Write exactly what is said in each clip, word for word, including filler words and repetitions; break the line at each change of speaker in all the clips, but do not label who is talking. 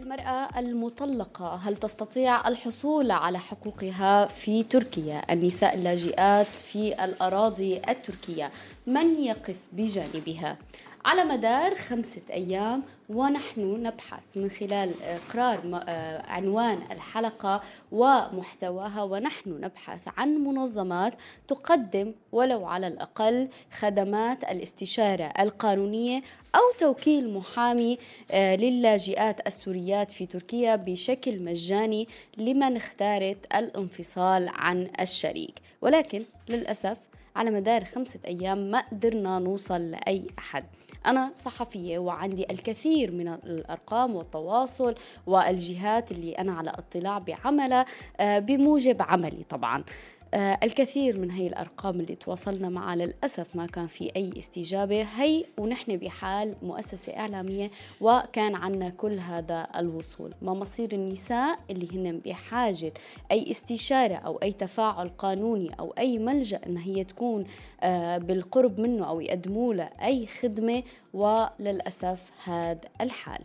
المرأة المطلقة هل تستطيع الحصول على حقوقها في تركيا؟ النساء اللاجئات في الأراضي التركية من يقف بجانبها؟ على مدار خمسة أيام ونحن نبحث من خلال إقرار عنوان الحلقة ومحتواها، ونحن نبحث عن منظمات تقدم ولو على الأقل خدمات الاستشارة القانونية أو توكيل محامي للاجئات السوريات في تركيا بشكل مجاني لمن اختارت الانفصال عن الشريك. ولكن للأسف على مدار خمسة أيام ما قدرنا نوصل لأي أحد. أنا صحفية وعندي الكثير من الأرقام والتواصل والجهات اللي أنا على اطلاع بعملها بموجب عملي طبعاً. الكثير من هي الأرقام اللي تواصلنا معها للأسف ما كان في أي استجابة. هي ونحن بحال مؤسسة إعلامية وكان عنا كل هذا الوصول. ما مصير النساء اللي هن بحاجة أي استشارة أو أي تفاعل قانوني أو أي ملجأ إن هي تكون بالقرب منه أو يقدموا له أي خدمة، وللأسف هذا الحال.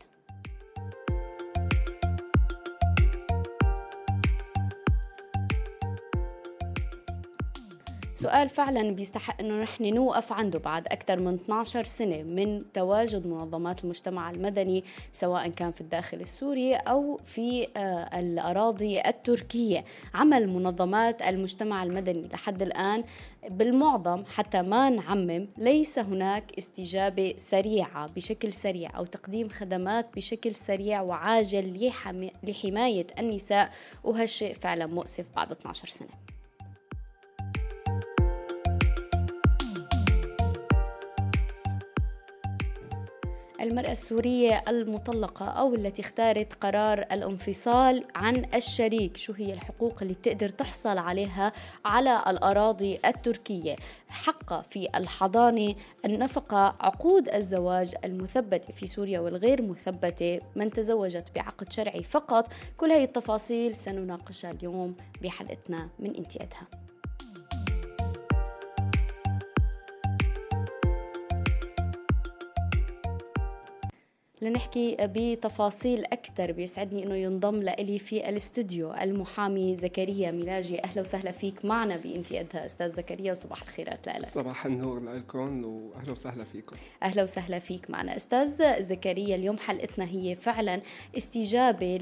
سؤال فعلا بيستحق انه نحن نوقف عنده بعد اكثر من اثنتي عشرة سنة من تواجد منظمات المجتمع المدني، سواء كان في الداخل السوري او في الاراضي التركية. عمل منظمات المجتمع المدني لحد الان بالمعظم، حتى ما نعمم، ليس هناك استجابة سريعة بشكل سريع او تقديم خدمات بشكل سريع وعاجل لحماية النساء، وهالشيء فعلا مؤسف بعد اثنتي عشرة سنة. المرأة السورية المطلقة أو التي اختارت قرار الانفصال عن الشريك، شو هي الحقوق اللي بتقدر تحصل عليها على الأراضي التركية؟ حقها في الحضانة، النفقة، عقود الزواج المثبتة في سوريا والغير مثبتة، من تزوجت بعقد شرعي فقط. كل هذه التفاصيل سنناقشها اليوم بحلقتنا من انتي أدهى. لنحكي بتفاصيل أكثر بيسعدني أنه ينضم لإلي في الاستوديو المحامي زكريا ميلاجي. أهلا وسهلا فيك معنا بإنتي أدهى أستاذ زكريا، وصباح الخيرات لك.
صباح النور لكم وأهلا وسهلا فيكم.
أهلا وسهلا فيك معنا أستاذ زكريا. اليوم حلقتنا هي فعلا استجابة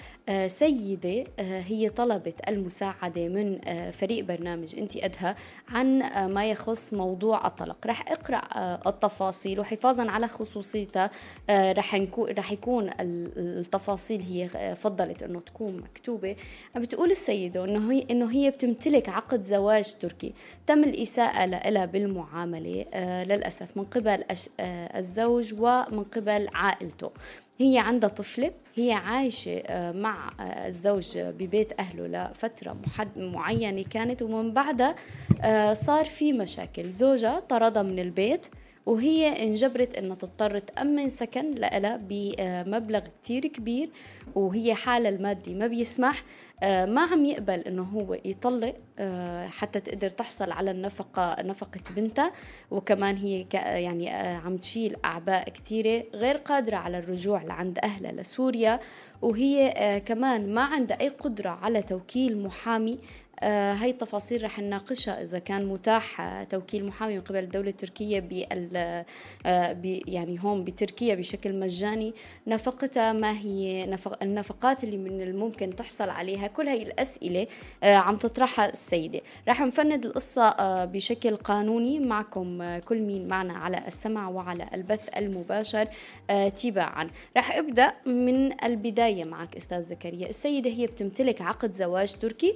لسيدة هي طلبت المساعدة من فريق برنامج إنتي أدهى عن ما يخص موضوع الطلاق. رح أقرأ التفاصيل وحفاظا على خصوصيتها رح رح يكون التفاصيل هي فضلت انه تكون مكتوبه. بتقول السيده انه هي انه هي بتمتلك عقد زواج تركي تم الاساءه لها بالمعامله آه للاسف من قبل آه الزوج ومن قبل عائلته. هي عندها طفله، هي عايشه آه مع آه الزوج ببيت اهله لفتره محد معينه كانت، ومن بعدها آه صار في مشاكل. زوجها طردها من البيت وهي انجبرت انها تضطر تأمن سكن لها بمبلغ كتير كبير، وهي حالة المادي ما بيسمح. ما عم يقبل انه هو يطلق حتى تقدر تحصل على النفقة، نفقة بنتها، وكمان هي يعني عم تشيل أعباء كتيرة، غير قادرة على الرجوع لعند أهلها لسوريا، وهي كمان ما عندها أي قدرة على توكيل محامي. آه هاي التفاصيل رح نناقشها إذا كان متاح آه توكيل محامي من قبل الدولة التركية بال آه يعني هون بتركيا بشكل مجاني. نفقتها ما هي نفق النفقات اللي من الممكن تحصل عليها؟ كل هاي الأسئلة آه عم تطرحها السيدة. رح نفند القصة آه بشكل قانوني معكم آه كل مين معنا على السمع وعلى البث المباشر آه تباعا. رح أبدأ من البداية معك أستاذ زكريا. السيدة هي بتمتلك عقد زواج تركي،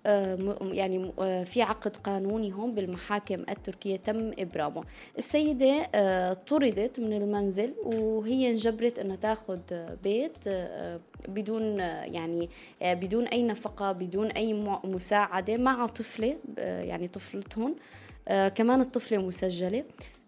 يعني في عقد قانوني هون بالمحاكم التركية تم إبرامه. السيدة طردت من المنزل وهي انجبرت أنها تاخد بيت بدون يعني بدون أي نفقة، بدون أي مساعدة، مع طفلة يعني طفلتهم كمان الطفلة مسجلة.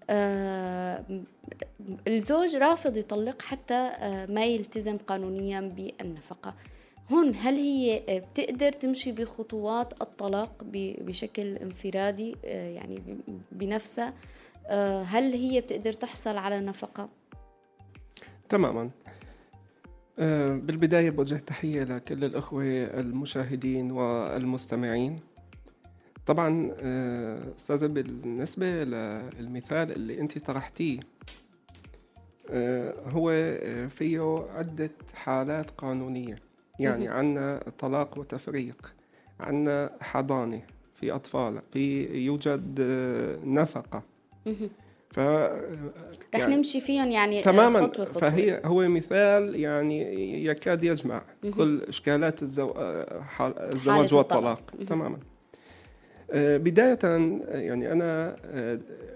الزوج رافض يطلق حتى ما يلتزم قانونيا بالنفقة. هون هل هي بتقدر تمشي بخطوات الطلاق بشكل انفرادي يعني بنفسها؟ هل هي بتقدر تحصل على نفقة؟
تماما. آه، بالبداية بوجه تحية لكل الأخوة المشاهدين والمستمعين. طبعا آه، أستاذة، بالنسبة للمثال اللي أنت طرحتيه، آه، هو آه، فيه عدة حالات قانونية. يعني عنا طلاق وتفريق، عنا حضانة في أطفال، في يوجد آه، نفقة. ف
رح
يعني
نمشي فيهم يعني
تماما.
خطوة خطوة.
فهي هو مثال يعني يكاد يجمع كل إشكالات الزو... حال... الزواج والطلاق. تماما. آه، بداية يعني أنا آه،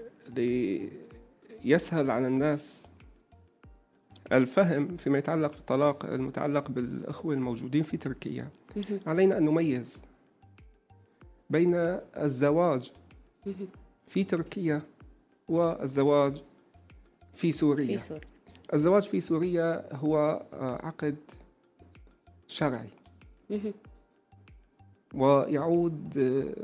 ليسهل على الناس الفهم فيما يتعلق بالطلاق المتعلق بالأخوة الموجودين في تركيا، علينا أن نميز بين الزواج في تركيا والزواج في سوريا.
في سوريا.
الزواج في سوريا هو عقد شرعي ويعود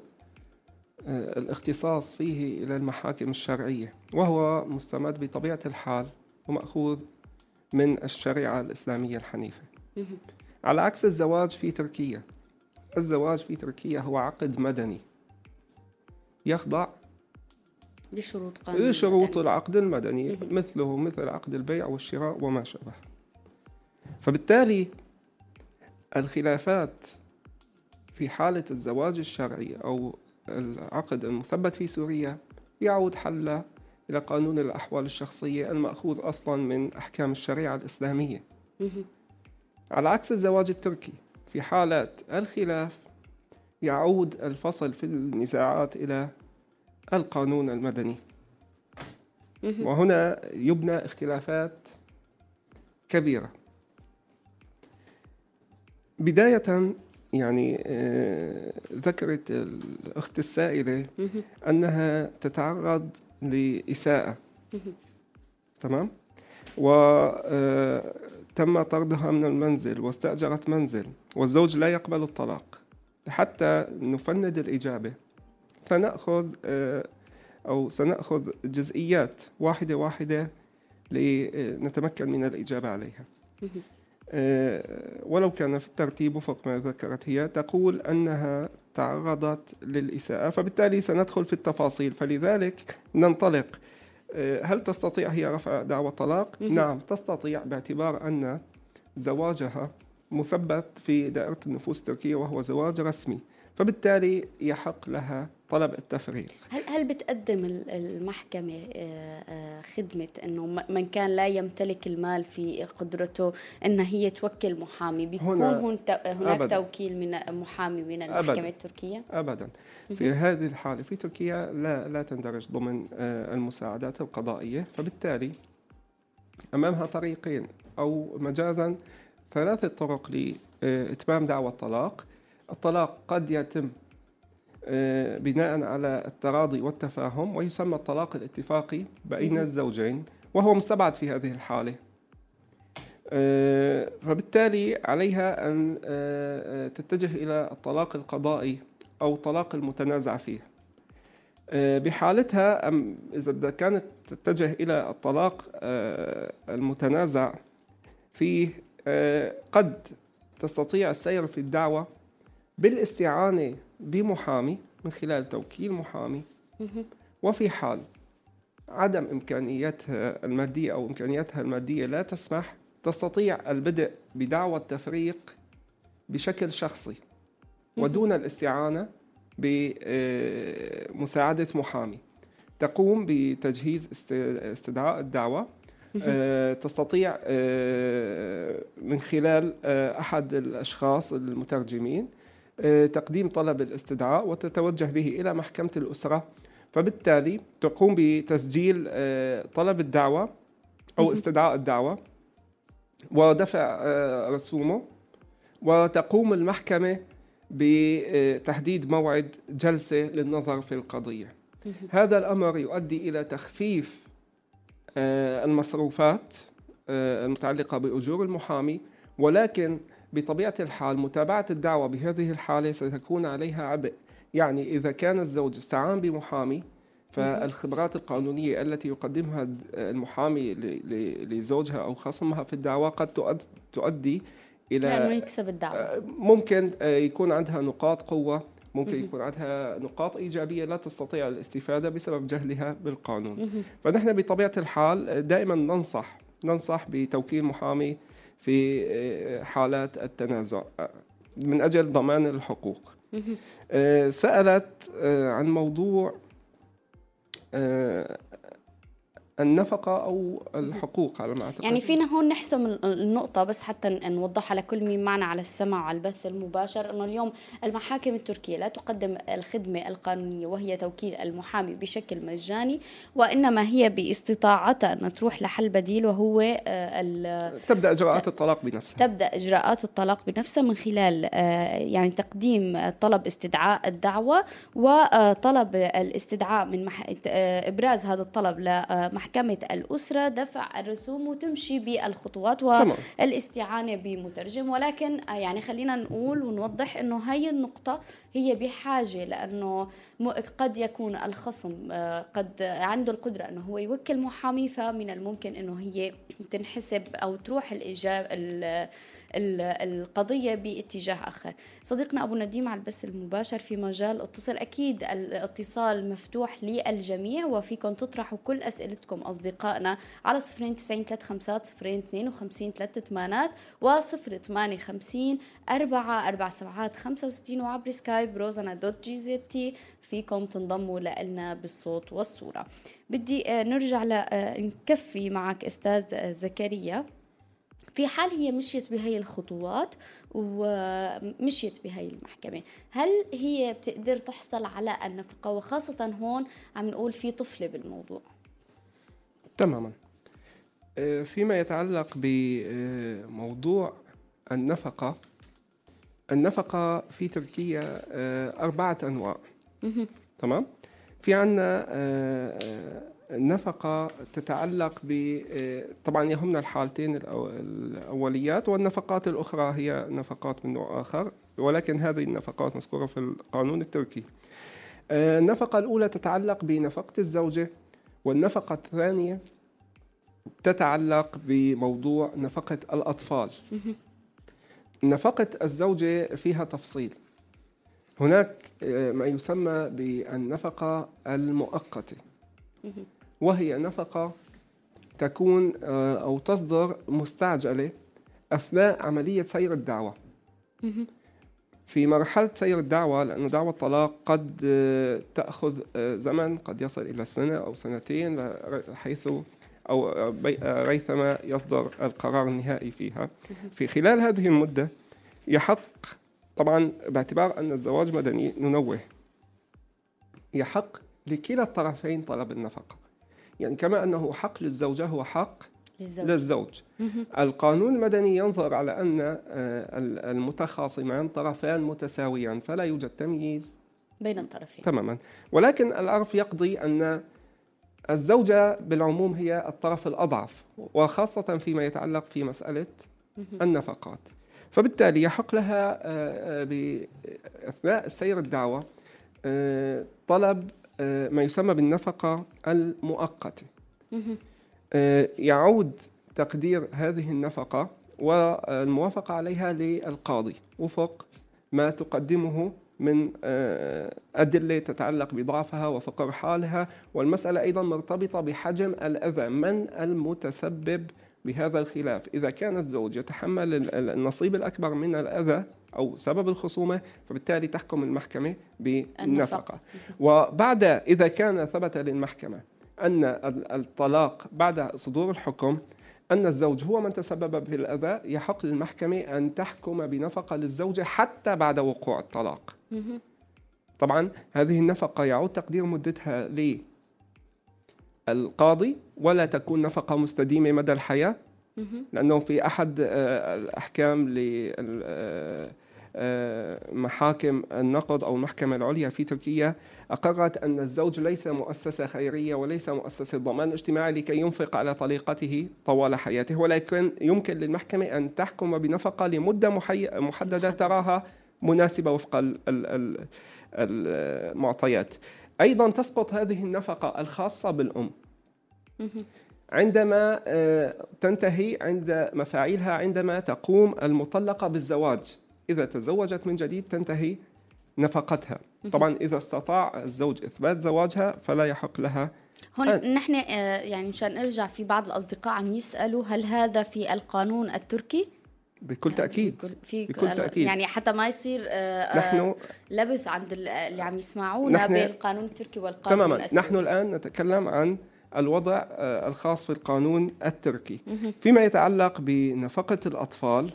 الاختصاص فيه إلى المحاكم الشرعية، وهو مستمد بطبيعة الحال ومأخوذ من الشريعة الإسلامية الحنيفة. على عكس الزواج في تركيا، الزواج في تركيا هو عقد مدني يخضع
لشروط قانون
لشروط العقد المدني، مثله مثل عقد البيع والشراء وما شابه. فبالتالي الخلافات في حالة الزواج الشرعي أو العقد المثبت في سوريا يعود حله إلى قانون الأحوال الشخصية المأخوذ أصلا من أحكام الشريعة الإسلامية. على عكس الزواج التركي، في حالات الخلاف يعود الفصل في النزاعات إلى القانون المدني، وهنا يبنى اختلافات كبيرة. بداية يعني آه ذكرت الأخت السائلة أنها تتعرض لإساءة، تمام، وتم طردها من المنزل واستأجرت منزل، والزوج لا يقبل الطلاق. حتى نفند الإجابة فنأخذ آه أو سنأخذ جزئيات واحدة واحدة لنتمكن من الإجابة عليها. ولو كان في الترتيب وفق ما ذكرت، هي تقول أنها تعرضت للإساءة، فبالتالي سندخل في التفاصيل. فلذلك ننطلق. هل تستطيع هي رفع دعوى طلاق؟ نعم تستطيع، باعتبار أن زواجها مثبت في دائرة النفوس التركية وهو زواج رسمي، فبالتالي يحق لها طلب التفريق.
هل هل بتقدم المحكمة خدمة أنه من كان لا يمتلك المال في قدرته أن هي توكل محامي، بيكون هناك أبداً. توكيل من محامي من المحكمة أبداً. التركية؟
أبدا. في هذه الحالة في تركيا لا لا تندرج ضمن المساعدات القضائية، فبالتالي أمامها طريقين أو مجازا ثلاثة طرق لإتمام دعوى الطلاق. الطلاق قد يتم بناء على التراضي والتفاهم، ويسمى الطلاق الاتفاقي بين الزوجين، وهو مستبعد في هذه الحالة. فبالتالي عليها أن تتجه إلى الطلاق القضائي أو طلاق المتنازع فيه. بحالتها إذا كانت تتجه إلى الطلاق المتنازع فيه، قد تستطيع السير في الدعوة بالاستعانة بمحامي من خلال توكيل محامي، وفي حال عدم إمكانياتها المادية أو إمكانياتها المادية لا تسمح، تستطيع البدء بدعوى التفريق بشكل شخصي ودون الاستعانة بمساعدة محامي. تقوم بتجهيز استدعاء الدعوة، تستطيع من خلال أحد الأشخاص المترجمين تقديم طلب الاستدعاء وتتوجه به إلى محكمة الأسرة، فبالتالي تقوم بتسجيل طلب الدعوة أو استدعاء الدعوة ودفع رسومه، وتقوم المحكمة بتحديد موعد جلسة للنظر في القضية. هذا الأمر يؤدي إلى تخفيف المصروفات المتعلقة بأجور المحامي، ولكن بطبيعة الحال متابعة الدعوة بهذه الحالة ستكون عليها عبء. يعني إذا كان الزوج استعان بمحامي فالخبرات القانونية التي يقدمها المحامي لزوجها أو خصمها في الدعوى قد تؤدي إلى
يعني يكسب الدعوة.
ممكن يكون عندها نقاط قوة، ممكن يكون عندها نقاط إيجابية لا تستطيع الاستفادة بسبب جهلها بالقانون. فنحن بطبيعة الحال دائما ننصح ننصح بتوكيل محامي في حالات التنازع من أجل ضمان الحقوق. سألت عن موضوع النفقة أو الحقوق على ما أعتقد.
يعني فينا هون نحسم النقطة بس حتى نوضحها لكل مين معنا على السمع وعلى البث المباشر، أنه اليوم المحاكم التركية لا تقدم الخدمة القانونية وهي توكيل المحامي بشكل مجاني، وإنما هي باستطاعتها أن تروح لحل بديل، وهو
تبدأ إجراءات الطلاق بنفسها.
تبدأ إجراءات الطلاق بنفسها من خلال يعني تقديم طلب استدعاء الدعوة وطلب الاستدعاء من مح... إبراز هذا الطلب لمحكمة محكمة الأسرة، دفع الرسوم وتمشي بالخطوات والاستعانة بمترجم. ولكن يعني خلينا نقول ونوضح أنه هاي النقطة هي بحاجة، لأنه قد يكون الخصم قد عنده القدرة أنه هو يوكل محامي، فمن الممكن أنه هي تنحسب أو تروح الإجابة القضية باتجاه آخر. صديقنا أبو نديم على البث المباشر في مجال اتصل، أكيد الاتصال مفتوح للجميع وفيكم تطرحوا كل أسئلتكم أصدقائنا على صفرين تسعين ثلاثة خمسات صفرين اثنين وخمسين ثلاثة ثمانات وصفر ثمانية خمسين أربعة أربعة سبعات خمسة وستين، وعبر سكايب روزانا دوت جي زي تي فيكم تنضموا لنا بالصوت والصورة. بدي نرجع لنكفي معك أستاذ زكريا، في حال هي مشيت بهاي الخطوات ومشيت بهاي المحكمة، هل هي بتقدر تحصل على النفقة؟ وخاصة هون عم نقول في طفلة بالموضوع.
تماما. فيما يتعلق بموضوع النفقة، النفقة في تركيا أربعة أنواع. تمام. في عنا النفقة تتعلق ب طبعا يهمنا الحالتين الأوليات، والنفقات الأخرى هي نفقات من نوع آخر، ولكن هذه النفقات مذكورة في القانون التركي. النفقة الأولى تتعلق بنفقة الزوجة، والنفقة الثانية تتعلق بموضوع نفقة الأطفال. نفقة الزوجة فيها تفصيل، هناك ما يسمى بالنفقة المؤقتة، وهي نفقة تكون أو تصدر مستعجلة أثناء عملية سير الدعوة. في مرحلة سير الدعوة، لأن دعوة الطلاق قد تأخذ زمن قد يصل إلى سنة أو سنتين، حيث أو ريثما يصدر القرار النهائي فيها. في خلال هذه المدة يحق، طبعا باعتبار أن الزواج مدني ننوه، يحق لكلا الطرفين طلب النفقة. يعني كما أنه حق للزوجة هو حق للزوج, للزوج. القانون المدني ينظر على أن المتخاصمان طرفان متساويان، فلا يوجد تمييز
بين الطرفين
تماما. ولكن العرف يقضي أن الزوجة بالعموم هي الطرف الأضعف، وخاصة فيما يتعلق في مسألة النفقات. فبالتالي يحق لها بأثناء سير الدعوة طلب ما يسمى بالنفقة المؤقتة. يعود تقدير هذه النفقة والموافقة عليها للقاضي وفق ما تقدمه من أدلة تتعلق بضعفها وفقر حالها، والمسألة أيضا مرتبطة بحجم الأذى، من المتسبب بهذا الخلاف. إذا كان الزوج يتحمل النصيب الأكبر من الأذى أو سبب الخصومة، فبالتالي تحكم المحكمة بالنفقة. وبعد إذا كان ثبت للمحكمة أن الطلاق بعد صدور الحكم أن الزوج هو من تسبب في الأذى، يحق للمحكمة أن تحكم بنفقة للزوجة حتى بعد وقوع الطلاق. طبعا هذه النفقة يعود تقدير مدتها للقاضي، ولا تكون نفقة مستديمة مدى الحياة، لأنه في أحد الأحكام لمحاكم النقض أو المحكمة العليا في تركيا أقرت أن الزوج ليس مؤسسة خيرية وليس مؤسسة ضمان اجتماعي لكي ينفق على طليقته طوال حياته، ولكن يمكن للمحكمة أن تحكم بنفقة لمدة محددة تراها مناسبة وفق المعطيات. أيضا تسقط هذه النفقة الخاصة بالأم عندما تنتهي عند مفاعيلها عندما تقوم المطلقة بالزواج. إذا تزوجت من جديد تنتهي نفقتها. طبعا إذا استطاع الزوج إثبات زواجها فلا يحق لها.
هون أن... نحن يعني مشان نرجع، في بعض الأصدقاء عم يسألوا هل هذا في القانون التركي؟
بكل تأكيد.
بكل, في
بكل تأكيد.
يعني حتى ما يصير نحن لبث عند اللي عم يسمعونا بين القانون التركي والقانون
تماما
الأسباني.
نحن الآن نتكلم عن الوضع الخاص في القانون التركي. فيما يتعلق بنفقة الأطفال،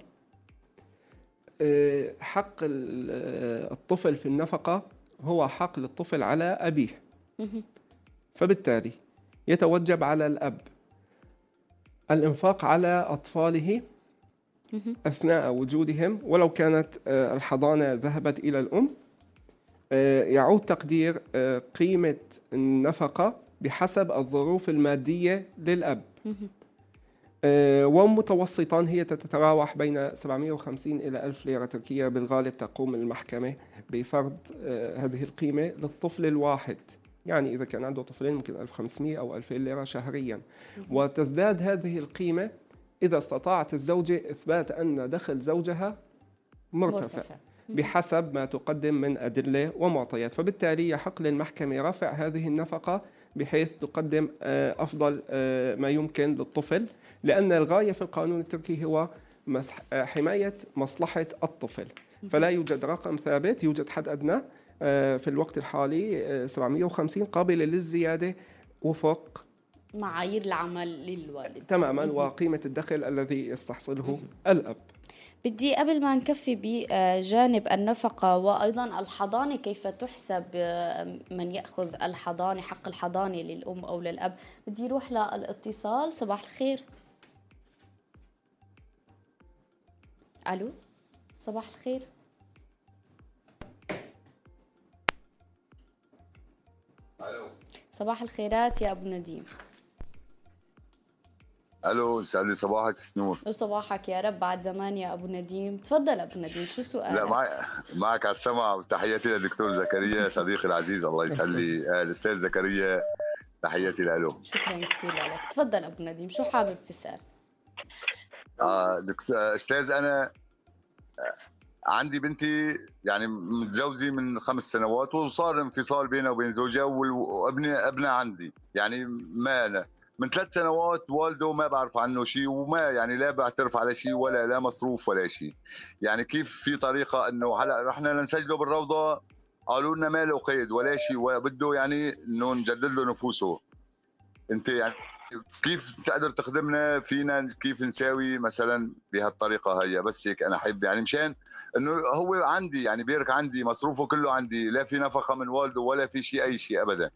حق الطفل في النفقة هو حق للطفل على أبيه، فبالتالي يتوجب على الأب الإنفاق على أطفاله أثناء وجودهم، ولو كانت الحضانة ذهبت إلى الأم يعود تقدير قيمة النفقة بحسب الظروف المادية للأب، ومتوسطا هي تتراوح بين سبعمئة وخمسين إلى ألف ليرة تركية. بالغالب تقوم المحكمة بفرض هذه القيمة للطفل الواحد، يعني إذا كان عنده طفلين ممكن ألف وخمسمئة أو ألفين ليرة شهريا، وتزداد هذه القيمة إذا استطاعت الزوجة إثبات أن دخل زوجها مرتفع بحسب ما تقدم من أدلة ومعطيات. فبالتالي يحق للمحكمة رفع هذه النفقة بحيث تقدم أفضل ما يمكن للطفل، لأن الغاية في القانون التركي هو حماية مصلحة الطفل، فلا يوجد رقم ثابت، يوجد حد أدنى في الوقت الحالي سبعمئة وخمسين قابلة للزيادة وفق
معايير العمل للوالد
تماما وقيمة الدخل الذي يستحصله الأب.
بدي قبل ما نكفي بجانب النفقة وأيضا الحضانة كيف تحسب من يأخذ الحضانة، حق الحضانة للأم أو للأب، بدي روح للاتصال. صباح الخير. ألو صباح الخير.
ألو
صباح الخيرات يا أبو نديم.
الو سعد لي صباحك نور.
وصباحك يا رب، بعد زمان يا ابو نديم. تفضل ابو نديم، شو سؤالك؟
لا معك معك على السمع، وتحياتي للدكتور زكريا صديقي العزيز، الله يسعد لي الاستاذ زكريا، تحياتي له.
شكرا كثير لك. تفضل ابو نديم، شو حابب تسال؟
اه دكتور استاذ، انا عندي بنتي يعني متجوزي من خمس سنوات، وصار انفصال بينها وبين زوجها، وابني ابنها عندي يعني ما أنا من ثلاث سنوات والده ما بعرف عنه شيء، وما يعني لا بعترف على شيء ولا لا مصروف ولا شيء. يعني كيف في طريقه انه هلا رحنا لنسجله بالروضه، قالوا لنا ما له قيد ولا شيء، ولا بده يعني انه نجدد له نفوسه. انت يعني كيف تقدر تخدمنا فينا، كيف نساوي مثلا بهالطريقه هي؟ بس هيك انا احب يعني مشان انه هو عندي يعني بيرك عندي مصروفه كله عندي، لا في نفقه من والده ولا في شيء اي شيء ابدا.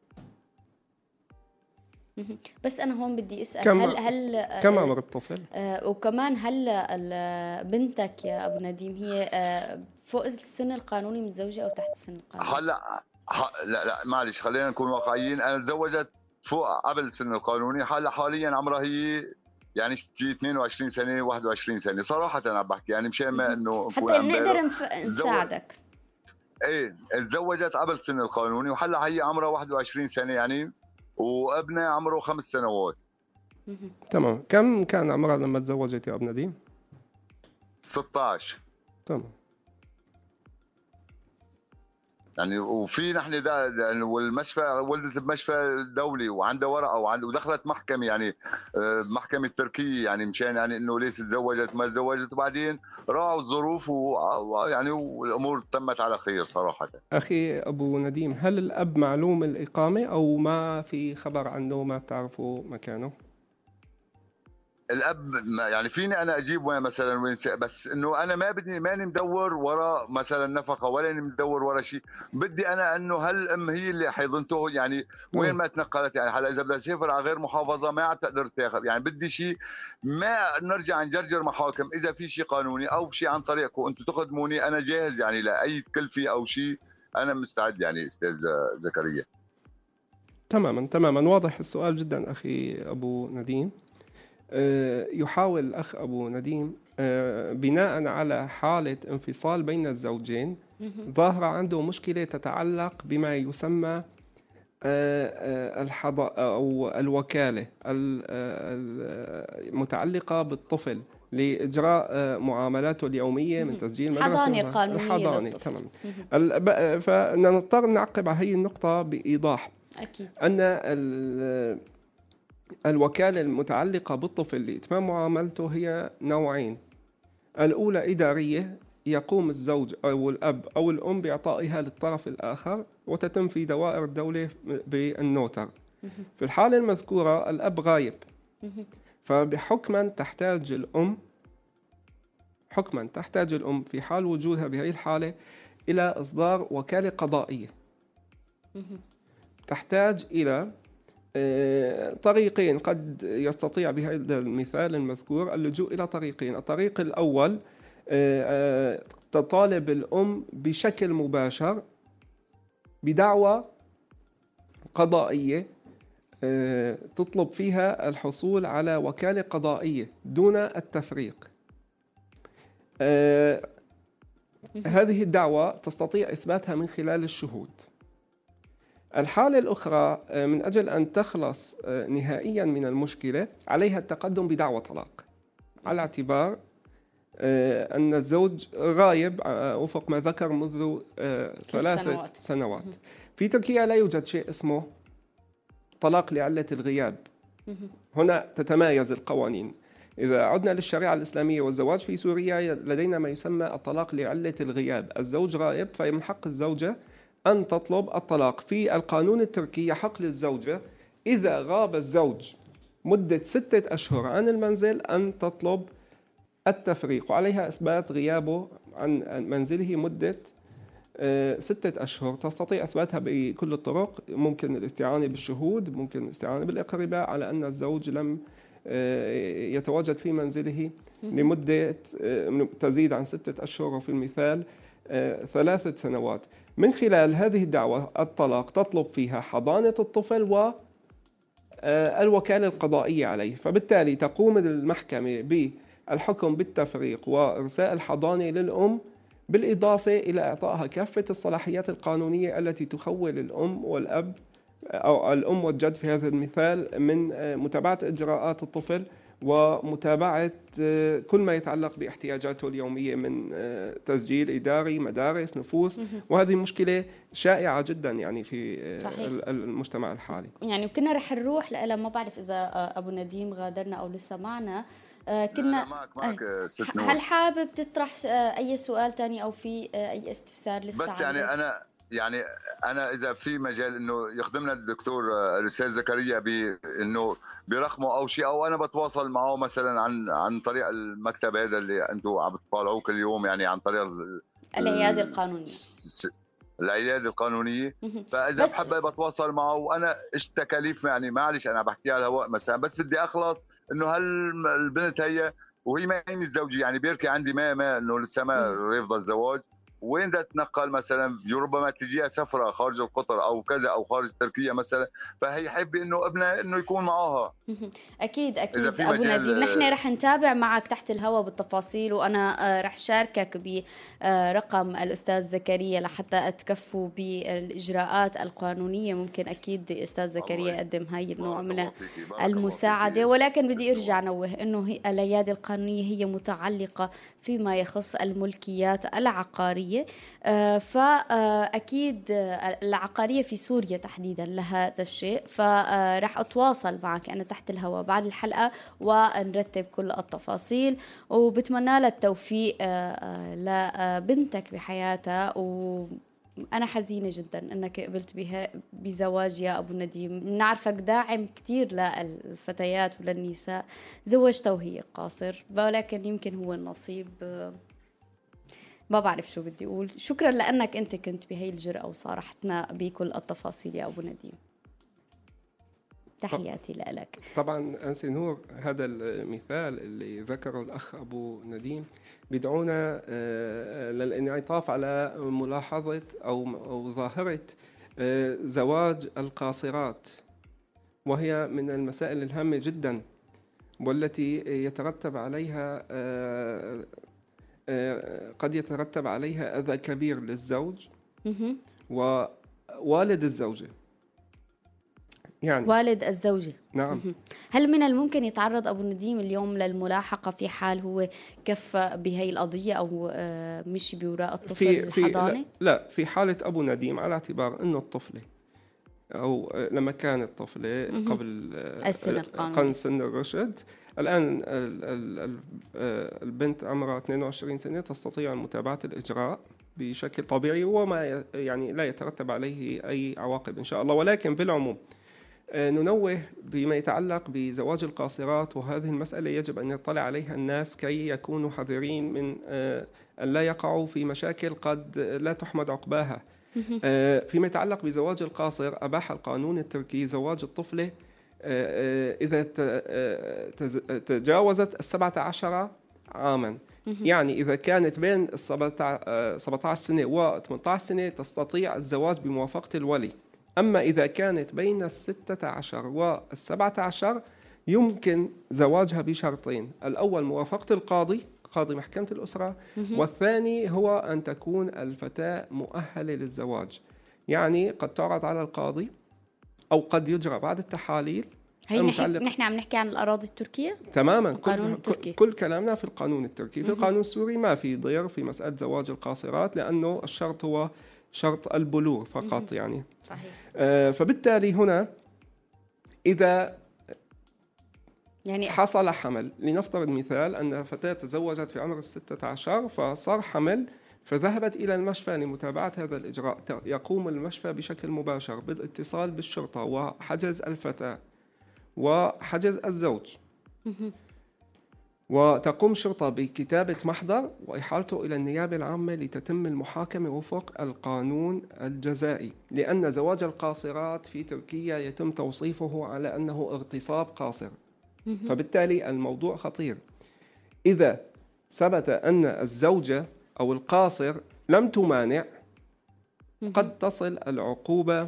بس أنا هون بدي أسأل
كم
هل هل
كم عمر الطفل؟
آه وكمان هل بنتك يا أبو نديم هي آه فوق السن القانوني متزوجة أو تحت السن القانوني؟
هلا لا لا معلش خلينا نكون واقعيين، أنا تزوجت فوق قبل السن القانوني، هلا حاليا عمرها هي يعني اثنين وعشرين سنة واحد وعشرين سنة صراحة أنا عم بحكي يعني مشان ما إنه
حتى نقدر نساعدك.
إيه
تزوجت قبل السن القانوني، وهلا هي عمرها واحد وعشرين سنة يعني، وابنها عمره خمس سنوات.
تمام. كم كان عمرها لما تزوجت يا ابو نديم؟
ستة عشر.
تمام.
يعني وفي نحن دا يعني والمشفى ولدت بمشفى دولي وعندها ورقه وعندها ودخلت محكمه يعني محكمه تركيه يعني مشان يعني انه ليش تزوجت ما تزوجت، وبعدين راعوا الظروف ويعني والامور تمت على خير صراحه.
اخي ابو نديم، هل الاب معلوم الاقامه او ما في خبر عنه، ما بتعرفوا مكانه؟
الاب يعني فيني انا اجيب وين مثلا وين، بس انه انا ما بدي ماني مدور ورا مثلا نفقه ولا اني مدور ورا شيء، بدي انا انه هل الام هي اللي حيضنته يعني وين ما تنقلت. يعني هلا اذا بدها تسافر على غير محافظه ما عم تقدر تاخذ، يعني بدي شيء ما نرجع نجرجر محاكم. اذا في شيء قانوني او شيء عن طريقكم انتم تخدموني انا جاهز يعني لاي كلفه او شيء، انا مستعد يعني استاذ زكريا.
تماما تماما واضح السؤال جدا اخي ابو نديم. يحاول الأخ أبو نديم بناء على حالة انفصال بين الزوجين ظاهرة عنده مشكلة تتعلق بما يسمى الحضا أو الوكالة المتعلقة بالطفل لإجراء معاملاته اليومية من تسجيل مدرسة
حضانة قانونية
الحضانة
للطفل.
تمام. فنضطر نعقب على هي النقطة بإيضاح
أكيد.
أن الوكالة المتعلقة بالطفل لإتمام معاملته هي نوعين. الأولى إدارية، يقوم الزوج أو الأب أو الأم بإعطائها للطرف الآخر وتتم في دوائر الدولة بالنوتر. في الحالة المذكورة الأب غايب، فبحكما تحتاج الأم حكما تحتاج الأم في حال وجودها بهذه الحالة إلى إصدار وكالة قضائية. تحتاج إلى طريقين قد يستطيع بهذا المثال المذكور اللجوء إلى طريقين. الطريق الأول تطالب الأم بشكل مباشر بدعوى قضائية تطلب فيها الحصول على وكالة قضائية دون التفريق. هذه الدعوة تستطيع إثباتها من خلال الشهود. الحالة الأخرى من أجل أن تخلص نهائيا من المشكلة عليها التقدم بدعوى طلاق، على اعتبار أن الزوج غايب وفق ما ذكر منذ ثلاثة سنوات. سنوات. في تركيا لا يوجد شيء اسمه طلاق لعلة الغياب. هنا تتمايز القوانين. إذا عدنا للشريعة الإسلامية والزواج في سوريا لدينا ما يسمى الطلاق لعلة الغياب. الزوج غائب فمن حق الزوجة أن تطلب الطلاق. في القانون التركي حق للزوجة إذا غاب الزوج مدة ستة أشهر عن المنزل أن تطلب التفريق، وعليها إثبات غيابه عن منزله مدة ستة أشهر. تستطيع إثباتها بكل الطرق، ممكن الاستعانة بالشهود، ممكن الاستعانة بالأقرباء على أن الزوج لم يتواجد في منزله لمدة تزيد عن ستة أشهر، وفي المثال ثلاثة سنوات. من خلال هذه الدعوة الطلاق تطلب فيها حضانة الطفل والوكالة القضائية عليه، فبالتالي تقوم المحكمة بالحكم بالتفريق وإرساء الحضانة للأم، بالإضافة إلى إعطائها كافة الصلاحيات القانونية التي تخول الأم والأب أو الأم والجد في هذا المثال من متابعة إجراءات الطفل ومتابعة كل ما يتعلق باحتياجاته اليومية من تسجيل إداري، مدارس، نفوس. وهذه مشكلة شائعة جدا يعني في صحيح. المجتمع الحالي.
يعني كنا رح نروح لها، ما بعرف إذا أبو نديم غادرنا أو لسه معنا. كنا
معك معك ست نور.
هل حابب تطرح أي سؤال تاني أو في أي استفسار لسه؟
بس يعني عندك؟ أنا يعني أنا إذا في مجال إنه يخدمنا الدكتور الأستاذ زكريا بإنه برقمه أو شيء، أو أنا بتواصل معه مثلا عن عن طريق المكتب هذا اللي أنتم عم تطالعوه كل يوم، يعني عن طريق
العيادة القانونية
العيادة القانونية. فإذا بحب بتواصل معه، وأنا إيش تكاليف يعني معلش أنا بحكي على الهواء مثلا، بس بدي أخلص إنه هل البنت هي وهي ما هي الزوجية، يعني بيركي عندي ما ما إنه لسه ما رافضة الزواج، وين بدها تتنقل مثلا، ربما تجيها سفره خارج القطر او كذا او خارج تركيا مثلا، فهي حابه انه ابنها انه يكون معاها.
اكيد اكيد ابو نديم، نحن رح نتابع معك تحت الهواء بالتفاصيل، وانا رح شاركك برقم الاستاذ زكريا لحتى تكفوا بالاجراءات القانونيه. ممكن اكيد استاذ زكريا يقدم هاي النوع من المساعده، ولكن بدي ارجع نوه انه العياده القانونيه هي متعلقه فيما يخص الملكيات العقاريه. فأكيد العقارية في سوريا تحديدا لهذا الشيء، فرح أتواصل معك أنا تحت الهواء بعد الحلقة ونرتب كل التفاصيل، وبتمنى لها التوفيق لبنتك بحياتها. وأنا حزينة جدا أنك قبلت بها بزواج يا أبو نديم، نعرفك داعم كتير للفتيات وللنساء، زوجته وهي قاصر، ولكن يمكن هو النصيب، ما بعرف شو بدي أقول. شكرا لأنك أنت كنت بهاي الجرأة وصارحتنا بكل التفاصيل يا أبو نديم. تحياتي لك.
طبعا أنسي نور، هذا المثال اللي ذكره الأخ أبو نديم بدعونا للانعطاف على ملاحظة أو ظاهرة زواج القاصرات، وهي من المسائل الهامة جدا والتي يترتب عليها قد يترتب عليها أذى كبير للزوج ووالد الزوجة. يعني
والد الزوجة.
نعم.
هل من الممكن يتعرض أبو نديم اليوم للملاحقة في حال هو كف بهي القضية أو مشي بوراء الطفل
في
الحضانة؟
في لا, لا في حالة أبو نديم على اعتبار أنه الطفلة أو لما كانت طفلة قبل
السن القانوني
قبل سن الرشد، الآن البنت عمرها اثنين وعشرين سنة تستطيع متابعة الإجراء بشكل طبيعي وما يعني لا يترتب عليه أي عواقب إن شاء الله. ولكن بالعموم ننوه بما يتعلق بزواج القاصرات، وهذه المسألة يجب أن يطلع عليها الناس كي يكونوا حذرين من أن لا يقعوا في مشاكل قد لا تحمد عقباها. فيما يتعلق بزواج القاصر، أباح القانون التركي زواج الطفلة إذا تجاوزت السبعة عشر عاما، يعني إذا كانت بين سبعة عشر سنة و ثمانية عشر سنة تستطيع الزواج بموافقة الولي. أما إذا كانت بين الستة عشر والسبعة عشر يمكن زواجها بشرطين: الأول موافقة القاضي قاضي محكمة الأسرة، والثاني هو أن تكون الفتاة مؤهلة للزواج. يعني قد تعرض على القاضي أو قد يجرى بعض التحاليل.
هي نحن عم نحكي عن الأراضي التركية
تماما،
كل,
كل كلامنا في القانون التركي. في القانون السوري ما في ضير في مسألة زواج القاصرات، لأنه الشرط هو شرط البلوغ فقط. يعني
صحيح.
آه فبالتالي هنا إذا يعني حصل حمل، لنفترض مثال أن فتاة تزوجت في عمر الستة عشر فصار حمل، فذهبت إلى المشفى لمتابعة هذا الإجراء، يقوم المشفى بشكل مباشر بالاتصال بالشرطة وحجز الفتاة وحجز الزوج، وتقوم الشرطة بكتابة محضر وإحالته إلى النيابة العامة لتتم المحاكمة وفق القانون الجزائي، لأن زواج القاصرات في تركيا يتم توصيفه على أنه اغتصاب قاصر. فبالتالي الموضوع خطير. إذا ثبت أن الزوجة أو القاصر لم تمانع، قد تصل العقوبة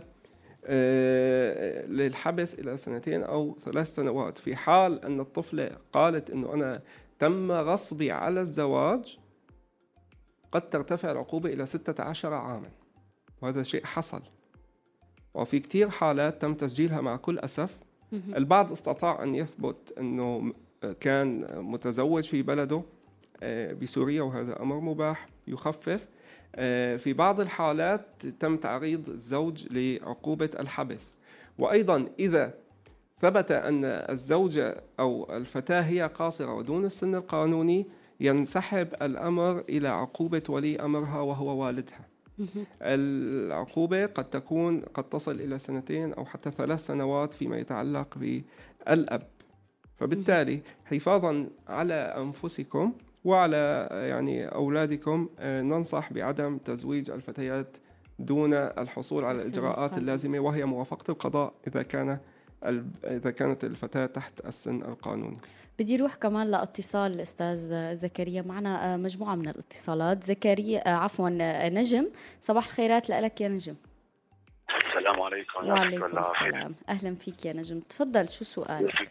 للحبس إلى سنتين أو ثلاث سنوات. في حال أن الطفلة قالت أنه أنا تم غصبي على الزواج، قد ترتفع العقوبة إلى ستة عشر عاما، وهذا شيء حصل وفي كتير حالات تم تسجيلها مع كل أسف. البعض استطاع أن يثبت أنه كان متزوج في بلده بسوريا، وهذا أمر مباح يخفف. في بعض الحالات تم تعريض الزوج لعقوبة الحبس. وأيضا إذا ثبت أن الزوجة أو الفتاة هي قاصرة ودون السن القانوني، ينسحب الأمر إلى عقوبة ولي أمرها وهو والدها. العقوبة قد تكون قد تصل إلى سنتين أو حتى ثلاث سنوات فيما يتعلق بالأب. فبالتالي حفاظا على أنفسكم وعلى يعني أولادكم ننصح بعدم تزويج الفتيات دون الحصول على الإجراءات اللازمة، وهي موافقة القضاء إذا كان إذا كانت الفتاة تحت السن القانوني.
بدي روح كمان لاتصال الأستاذ زكريا، معنا مجموعة من الاتصالات. زكريا عفوا نجم، صباح الخيرات لك يا نجم.
السلام عليكم.
وعليكم السلام، أهلا فيك يا نجم، تفضل شو سؤالك؟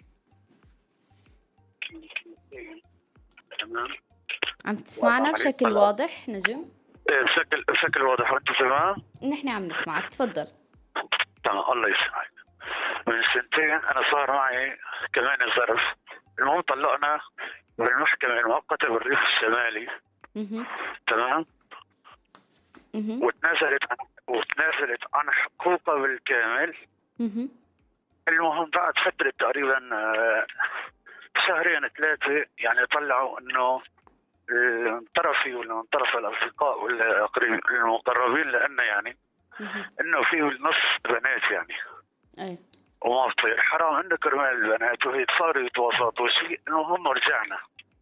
تمام،
عم تسمعنا بشكل واضح نجم؟
بشكل بشكل واضح. وانت تمام؟
نحن عم نسمعك، تفضل.
تمام، الله يسمعك. من سنتين انا صار معي كمان ظرف، المهم طلقنا بالمحكمة المؤقتة بالريف الشمالي. تمام. وتنازلت عن وتنازلت عن حقوقها بالكامل. المهم بعد فترة تقريبا شهرين ثلاثة يعني طلعوا انه من طرفي ولا من طرف الاصدقاء ولا المقربين لنا يعني انه فيه نص بنات يعني.
اي
وما بصير، حرام انه كرمال البنات، وهي صاروا يتوسطوا شيء. المهم رجعنا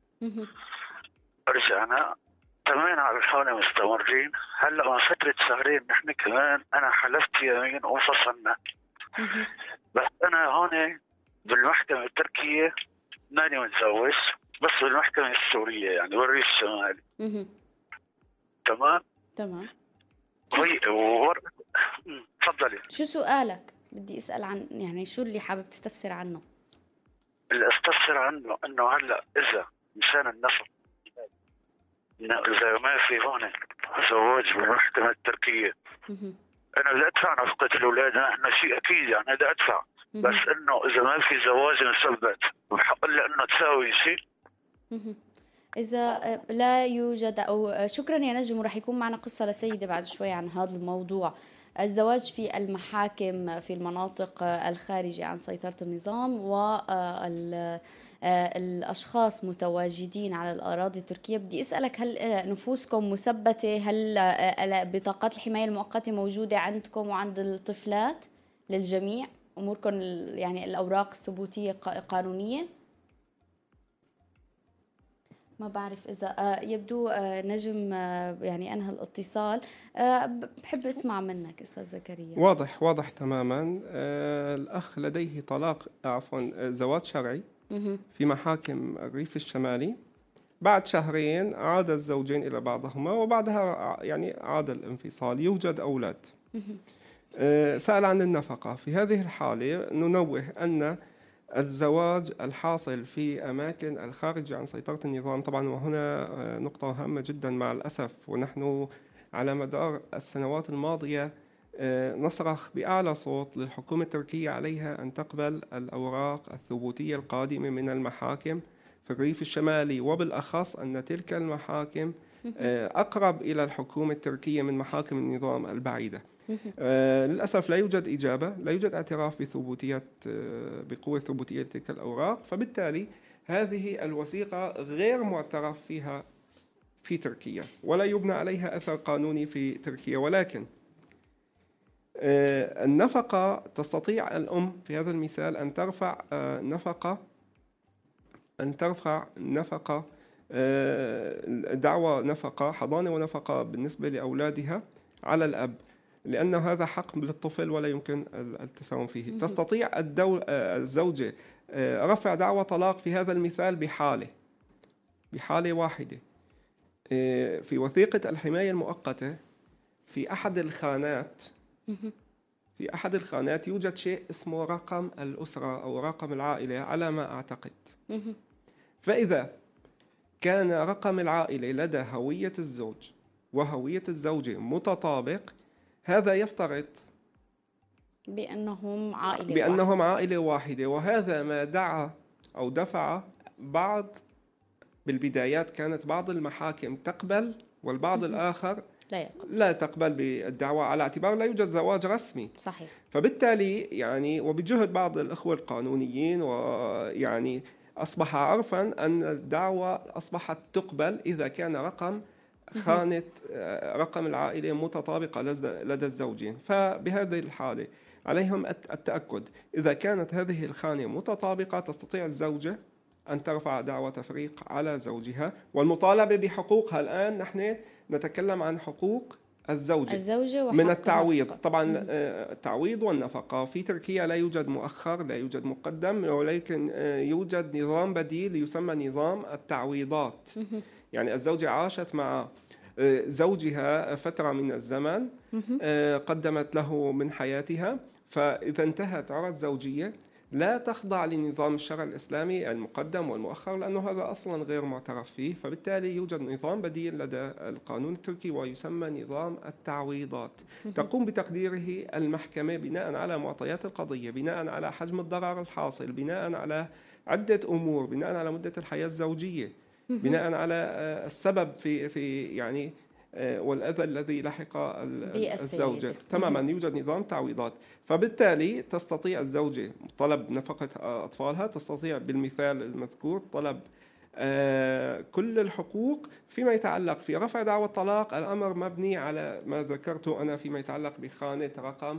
رجعنا كمان على الحالة مستمرين. هلا من فترة شهرين نحن كمان انا حلفت يمين وفصلنا. بس انا هون بالمحكمة التركية ماني متزوج، بس بالمحكمة السورية يعني بالريف الشمالي. تمام
تمام.
وي ور... تفضلي.
شو سؤالك؟ بدي اسال عن يعني شو اللي حابب تستفسر عنه؟
اللي استفسر عنه انه هلا اذا مشان النفق، انه اذا ما في هون زواج بالمحكمة التركية انا بدي ادفع نفقه الاولاد، انا شيء اكيد يعني بدي ادفع، بس انه اذا ما في زواج مثبت بحق لها انه تساوي شيء.
إذا لا يوجد أو شكرا يا نجم، ورح يكون معنا قصة لسيدة بعد شوي عن هذا الموضوع. الزواج في المحاكم في المناطق الخارجة عن سيطرة النظام والأشخاص متواجدين على الأراضي التركية. بدي أسألك، هل نفوسكم مثبتة؟ هل بطاقات الحماية المؤقتة موجودة عندكم وعند الطفلات للجميع؟ أموركم يعني الأوراق الثبوتية قانونية؟ ما بعرف إذا يبدو نجم يعني أنهى الاتصال. بحب أسمع منك أستاذ زكريا.
واضح واضح تماما. الأخ لديه طلاق عفوا زواج شرعي في محاكم الريف الشمالي، بعد شهرين عاد الزوجين إلى بعضهما وبعدها يعني عاد الانفصال، يوجد أولاد. سأل عن النفقة. في هذه الحالة ننوه أن الزواج الحاصل في أماكن الخارج عن سيطرة النظام طبعا، وهنا نقطة هامة جدا مع الأسف، ونحن على مدار السنوات الماضية نصرخ بأعلى صوت للحكومة التركية عليها أن تقبل الأوراق الثبوتية القادمة من المحاكم في الريف الشمالي، وبالأخص أن تلك المحاكم أقرب إلى الحكومة التركية من محاكم النظام البعيدة. آه للأسف لا يوجد إجابة، لا يوجد اعتراف بثبوتية آه بقوة ثبوتية تلك الأوراق، فبالتالي هذه الوثيقة غير معترف فيها في تركيا ولا يبنى عليها أثر قانوني في تركيا. ولكن آه النفقة تستطيع الأم في هذا المثال أن ترفع آه نفقة أن ترفع نفقة آه دعوى نفقة حضانة ونفقة بالنسبة لأولادها على الأب، لأن هذا حق للطفل ولا يمكن التساوم فيه. تستطيع الدول الزوجة رفع دعوى طلاق في هذا المثال بحالة بحالة واحدة. في وثيقة الحماية المؤقتة في أحد الخانات في أحد الخانات يوجد شيء اسمه رقم الأسرة أو رقم العائلة على ما أعتقد. فإذا كان رقم العائلة لدى هوية الزوج وهوية الزوجة متطابق، هذا يفترض
بأنهم عائلة
بأنهم
واحدة.
عائلة واحدة، وهذا ما دعا أو دفع بعض بالبدايات كانت بعض المحاكم تقبل والبعض الآخر
لا يقبل.
لا تقبل بالدعوة على اعتبار لا يوجد زواج رسمي.
صحيح.
فبالتالي يعني وبجهد بعض الأخوة القانونيين ويعني أصبح عرفا أن الدعوة أصبحت تقبل إذا كان رقم خانة رقم العائلة متطابقة لدى الزوجين. فبهذه الحالة عليهم التأكد إذا كانت هذه الخانة متطابقة تستطيع الزوجة أن ترفع دعوى تفريق على زوجها والمطالبة بحقوقها. الآن نحن نتكلم عن حقوق الزوجة,
الزوجة
من التعويض. طبعا التعويض والنفقة في تركيا لا يوجد مؤخر، لا يوجد مقدم، ولكن يوجد نظام بديل يسمى نظام التعويضات. يعني الزوجة عاشت مع زوجها فترة من الزمن، قدمت له من حياتها، فإذا انتهت عرى الزوجية لا تخضع لنظام الشرع الإسلامي المقدم والمؤخر لأنه هذا أصلا غير معترف فيه. فبالتالي يوجد نظام بديل لدى القانون التركي ويسمى نظام التعويضات، تقوم بتقديره المحكمة بناء على معطيات القضية، بناء على حجم الضرر الحاصل، بناء على عدة أمور، بناء على مدة الحياة الزوجية، بناء على السبب في في يعني والأذى الذي لحق الزوجة. تماما يوجد نظام تعويضات. فبالتالي تستطيع الزوجة طلب نفقة أطفالها، تستطيع بالمثال المذكور طلب كل الحقوق. فيما يتعلق في رفع دعوى الطلاق الأمر مبني على ما ذكرته أنا فيما يتعلق بخانة رقم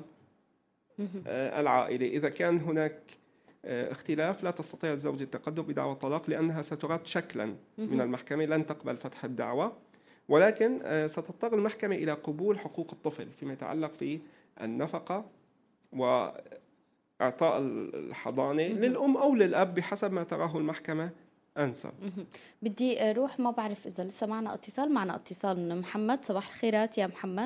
العائلة. إذا كان هناك اختلاف لا تستطيع الزوجة التقدم بدعوى الطلاق لأنها سترد شكلا من المحكمة، لن تقبل فتح الدعوة، ولكن ستضطر المحكمة إلى قبول حقوق الطفل فيما يتعلق في النفقة وإعطاء الحضانة للأم أو للأب بحسب ما تراه المحكمة أنسب.
بدي أروح، ما بعرف إذا لسه معنا اتصال. معنا اتصال من محمد. صباح الخيرات يا محمد.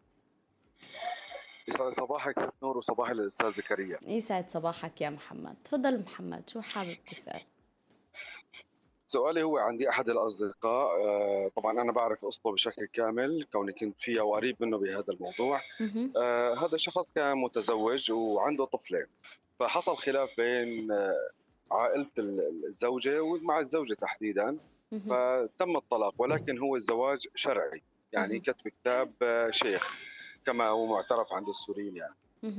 يسعد صباحك ست نور وصباح الأستاذ زكريا.
يسعد صباحك يا محمد. تفضل محمد، شو حابب تسأل؟
سؤالي هو عندي أحد الأصدقاء، آه، طبعا أنا بعرف قصته بشكل كامل كوني كنت فيها وقريب منه بهذا الموضوع. آه، هذا الشخص كان متزوج وعنده طفلين، فحصل خلاف بين آه، عائلة الزوجة ومع الزوجة تحديدا، فتم الطلاق، ولكن هو الزواج شرعي، يعني كتب كتاب آه، شيخ كما هو معترف عند السوريين يعني.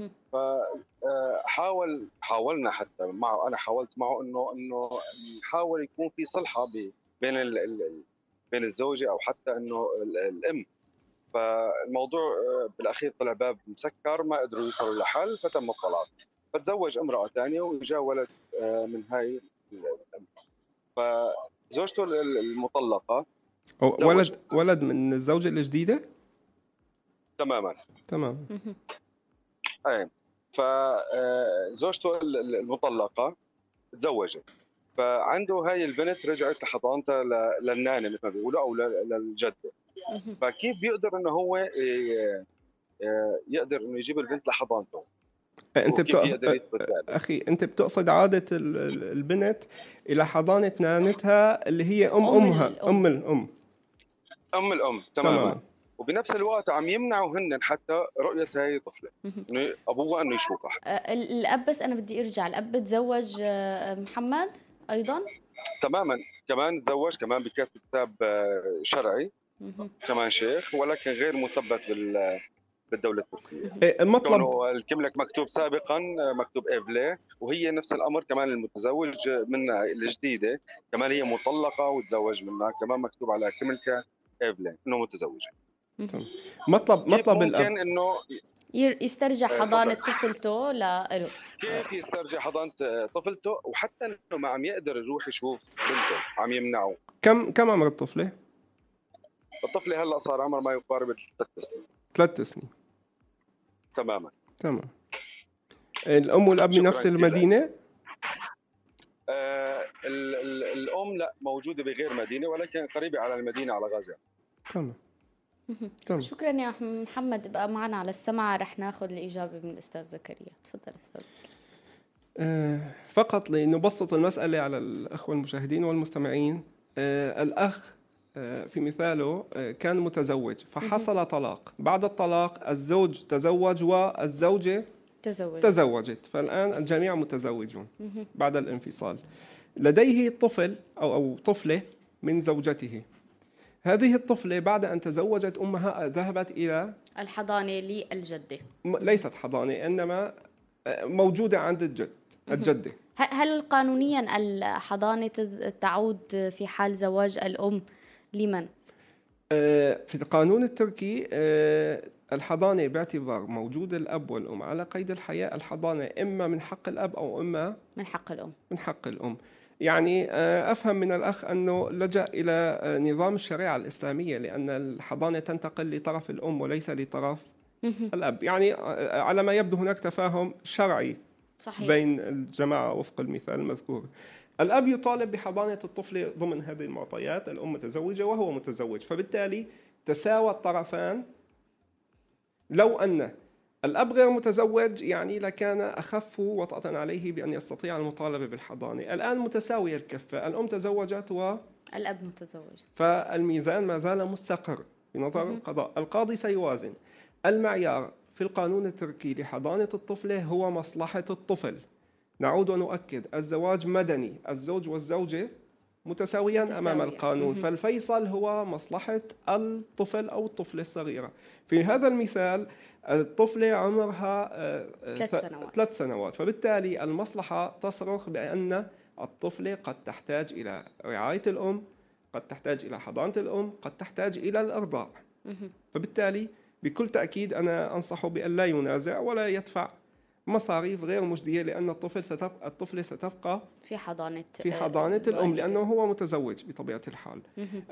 فحاول حاولنا حتى معه، انا حاولت معه انه انه نحاول يكون في صلحه بين بين الزوجه او حتى انه الام، فالموضوع بالاخير طلع باب مسكر، ما قدروا يوصلوا لحل، فتم الطلاق. فتزوج امراه ثانيه وجاء ولد من هاي الام. فزوجته المطلقه
ولد ولد من الزوجه الجديده
تماما
تمام.
اي فزوجته المطلقه تزوجت، فعنده هاي البنت رجعت لحضانتها للنانه مثل ما بيقولوا او للجده. فكيف بيقدر انه هو يقدر انه يجيب البنت لحضانته؟
انت بتق... اخي انت بتقصد عاده البنت الى حضانه نانتها اللي هي ام
أم
امها
الأم.
ام الام
ام الام تماما,
تماما.
وبنفس الوقت عم يمنعوا هن حتى رؤيه هاي الطفله انه ابوها انه يشوفها.
الاب بس انا بدي ارجع، الاب تزوج محمد ايضا
تماما، كمان تزوج كمان بكتب كتاب شرعي كمان شيخ، ولكن غير مثبت بال بالدولة التركية.
المطلب
الكملك مكتوب سابقا مكتوب إيفلي، وهي نفس الأمر كمان المتزوج منها الجديدة كمان هي مطلقة وتزوج منها كمان مكتوب على كملك إيفلي إنه متزوجة.
مطلب مطلب
ممكن
الأب
إنه
يسترجع حضانة طفلته له؟
كيف يسترجع حضانة طفلته وحتى إنه ما عم يقدر يروح يشوف بنته، عم يمنعه.
كم كم عمر الطفلة؟
الطفلة هلا صار عمر ما يقارب ثلاث سنين.
ثلاث سنين
تماما
تمام. الأم والأب من نفس المدينة؟
آه ال ال الأم لا موجودة بغير مدينة، ولكن قريبة على المدينة على غازي.
تمام تمام.
شكرا يا محمد، بقى معنا على السمع، رح ناخذ الإجابة من الأستاذ زكريا. تفضل أستاذ.
آه فقط لنبسط المسألة على الأخوة المشاهدين والمستمعين. آه الأخ في مثاله كان متزوج فحصل طلاق، بعد الطلاق الزوج تزوج والزوجة
تزوج.
تزوجت، فالآن الجميع متزوجون بعد الانفصال. لديه طفل أو, أو طفلة من زوجته. هذه الطفلة بعد أن تزوجت أمها ذهبت إلى
الحضانة للجدة،
ليست حضانة إنما موجودة عند الجد الجدة.
هل قانونيا الحضانة تعود في حال زواج الأم لمن؟
في القانون التركي الحضانة باعتبار موجود الأب والأم على قيد الحياة، الحضانة إما من حق الأب أو إما
من حق الأم.
من حق الأم. يعني أفهم من الأخ أنه لجأ إلى نظام الشريعة الإسلامية لأن الحضانة تنتقل لطرف الأم وليس لطرف الأب. يعني على ما يبدو هناك تفاهم شرعي
صحيح
بين الجماعة وفق المثال المذكور. الأب يطالب بحضانة الطفل ضمن هذه المعطيات، الأم متزوجة وهو متزوج، فبالتالي تساوى الطرفان. لو أن الأب غير متزوج يعني لكان أخف وطأة عليه بأن يستطيع المطالبة بالحضانة. الآن متساوية الكفة، الأم تزوجت
والأب متزوج،
فالميزان ما زال مستقر بنظر القضاء. القاضي سيوازن. المعيار في القانون التركي لحضانة الطفلة هو مصلحة الطفل. نعود ونؤكد الزواج مدني، الزوج والزوجة متساويان متساوية. أمام القانون، فالفيصل هو مصلحة الطفل أو الطفلة الصغيرة. في هذا المثال الطفلة عمرها
ثلاث سنوات.
ثلاث سنوات، فبالتالي المصلحة تصرخ بأن الطفلة قد تحتاج إلى رعاية الأم، قد تحتاج إلى حضانة الأم، قد تحتاج إلى الإرضاع. فبالتالي بكل تأكيد أنا أنصحه بأن لا ينازع ولا يدفع مصاريف غير مجدية، لأن الطفل ستبقى الطفلة ستبقى
في حضانة
في حضانة الأم لأنه هو متزوج بطبيعة الحال.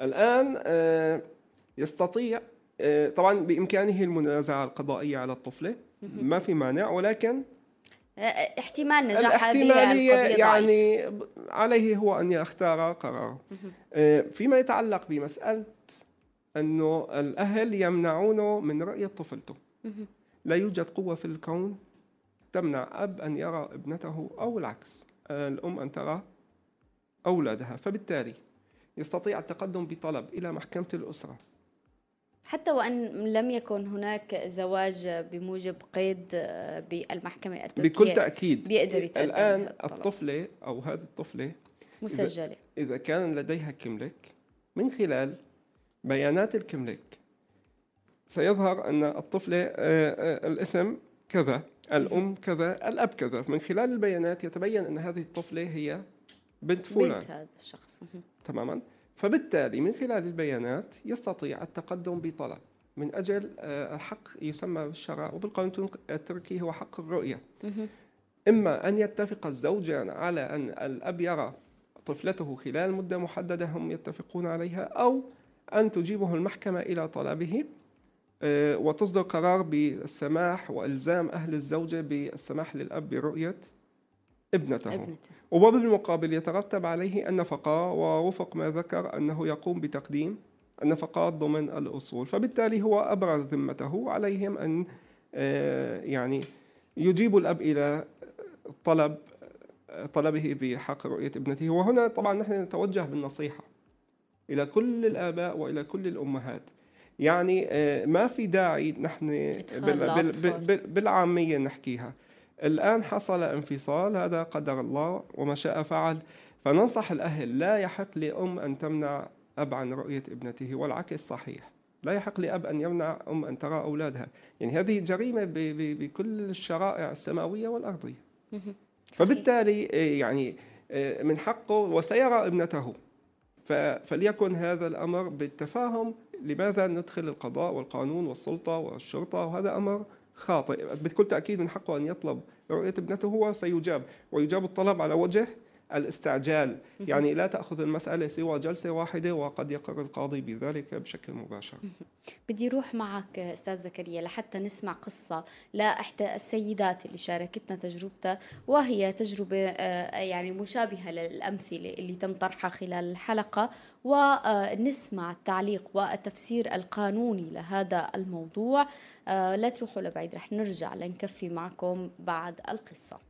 الآن يستطيع طبعا بإمكانه المنازعة القضائية على الطفلة، ما في مانع، ولكن
احتمال نجاح هذه القضية
يعني ضعيف. عليه هو أن يختار قراره. فيما يتعلق بمسألة أنه الأهل يمنعونه من رؤية طفلته، لا يوجد قوة في الكون تمنع أب أن يرى ابنته أو العكس، الأم أن ترى أولادها. فبالتالي يستطيع التقدم بطلب إلى محكمة الأسرة
حتى وأن لم يكن هناك زواج بموجب قيد بالمحكمة التركية.
بكل تأكيد
بيقدر يتقدم.
الآن الطفلة أو هذه الطفلة
مسجلة
إذا كان لديها كملك، من خلال بيانات الكملك سيظهر أن الطفلة الاسم كذا، الأم كذا، الأب كذا. من خلال البيانات يتبين أن هذه الطفلة هي بنت فلان،
بنت هذا الشخص.
تماما. فبالتالي من خلال البيانات يستطيع التقدم بطلب من أجل الحق يسمى بالشرع وبالقانون التركي هو حق الرؤية. إما أن يتفق الزوجان على أن الأب يرى طفلته خلال مدة محددة هم يتفقون عليها، أو أن تجيبه المحكمة إلى طلبه وتصدر قرار بالسماح وإلزام أهل الزوجة بالسماح للأب برؤية ابنته, ابنته. وبالمقابل يترتب عليه النفقة، ووفق ما ذكر أنه يقوم بتقديم النفقات ضمن الأصول. فبالتالي هو أبرز ذمته، عليهم أن يعني يجيب الأب إلى طلب طلبه بحق رؤية ابنته. وهنا طبعا نحن نتوجه بالنصيحة إلى كل الآباء وإلى كل الأمهات، يعني ما في داعي نحن بالعامية نحكيها الآن حصل انفصال، هذا قدر الله وما شاء فعل. فننصح الأهل، لا يحق لأم أن تمنع أب عن رؤية ابنته، والعكس صحيح، لا يحق لأب أن يمنع أم أن ترى أولادها. يعني هذه جريمة بكل الشرائع السماوية والأرضية. فبالتالي يعني من حقه وسيرى ابنته، فليكن هذا الأمر بالتفاهم. لماذا ندخل القضاء والقانون والسلطة والشرطة؟ وهذا أمر خاطئ. بكل تأكيد من حقه أن يطلب رؤية ابنته، هو سيجاب، ويجاب الطلب على وجه الاستعجال. يعني لا تأخذ المسألة سوى جلسة واحدة وقد يقر القاضي بذلك بشكل مباشر.
بدي روح معك أستاذ زكريا لحتى نسمع قصة لإحدى السيدات اللي شاركتنا تجربتها، وهي تجربة يعني مشابهة للأمثلة اللي تم طرحها خلال الحلقة، ونسمع التعليق والتفسير القانوني لهذا الموضوع. لا تروحوا لبعيد، رح نرجع لنكفي معكم بعد القصة.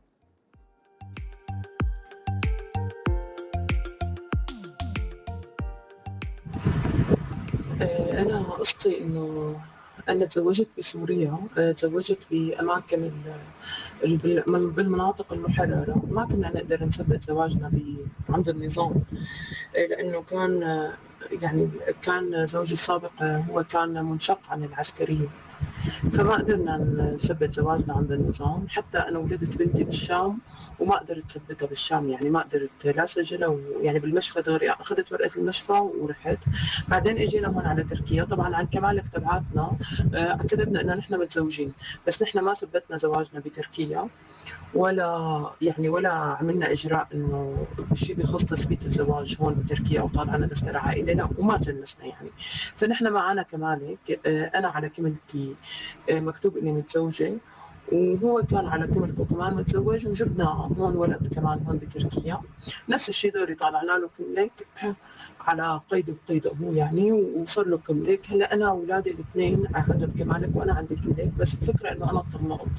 أنا قصتي إنه أنا تزوجت بسوريا، تزوجت بأماكن بالمناطق المحررة، ما كنا نقدر نثبت زواجنا عند النظام، لأنه كان يعني كان زوجي السابق هو كان منشق عن العسكرية، فما قدرنا نثبت زواجنا عند النظام. حتى أنا ولدت بنتي بالشام وما قدرت ثبتها بالشام، يعني ما قدرت لا سجلها، يعني بالمشفى دغري أخذت ورقة المشفى ورحت. بعدين اجينا هون على تركيا، طبعا عن كمال تبعاتنا كتبنا إنه نحن متزوجين، بس نحن ما ثبتنا زواجنا بتركيا، ولا يعني ولا عملنا إجراء إنه شيء بخص تثبيت الزواج هون بتركيا أو طالعنا دفتر عائلة، لا، وما تلمسنا يعني. فنحن معنا كمالك، أنا على كملتي مكتوب إني متزوجة، وهو كان على كملته كمان متزوج، وجبنا هون ولد كمان هون بتركيا نفس الشيء، دوري طالعنا له كملك على قيد وقيد أبوه يعني، وصار له كملك. هلا أنا وأولادي الاثنين عندهم كمالك وأنا عندي كملك، بس الفكرة إنه أنا طلقت.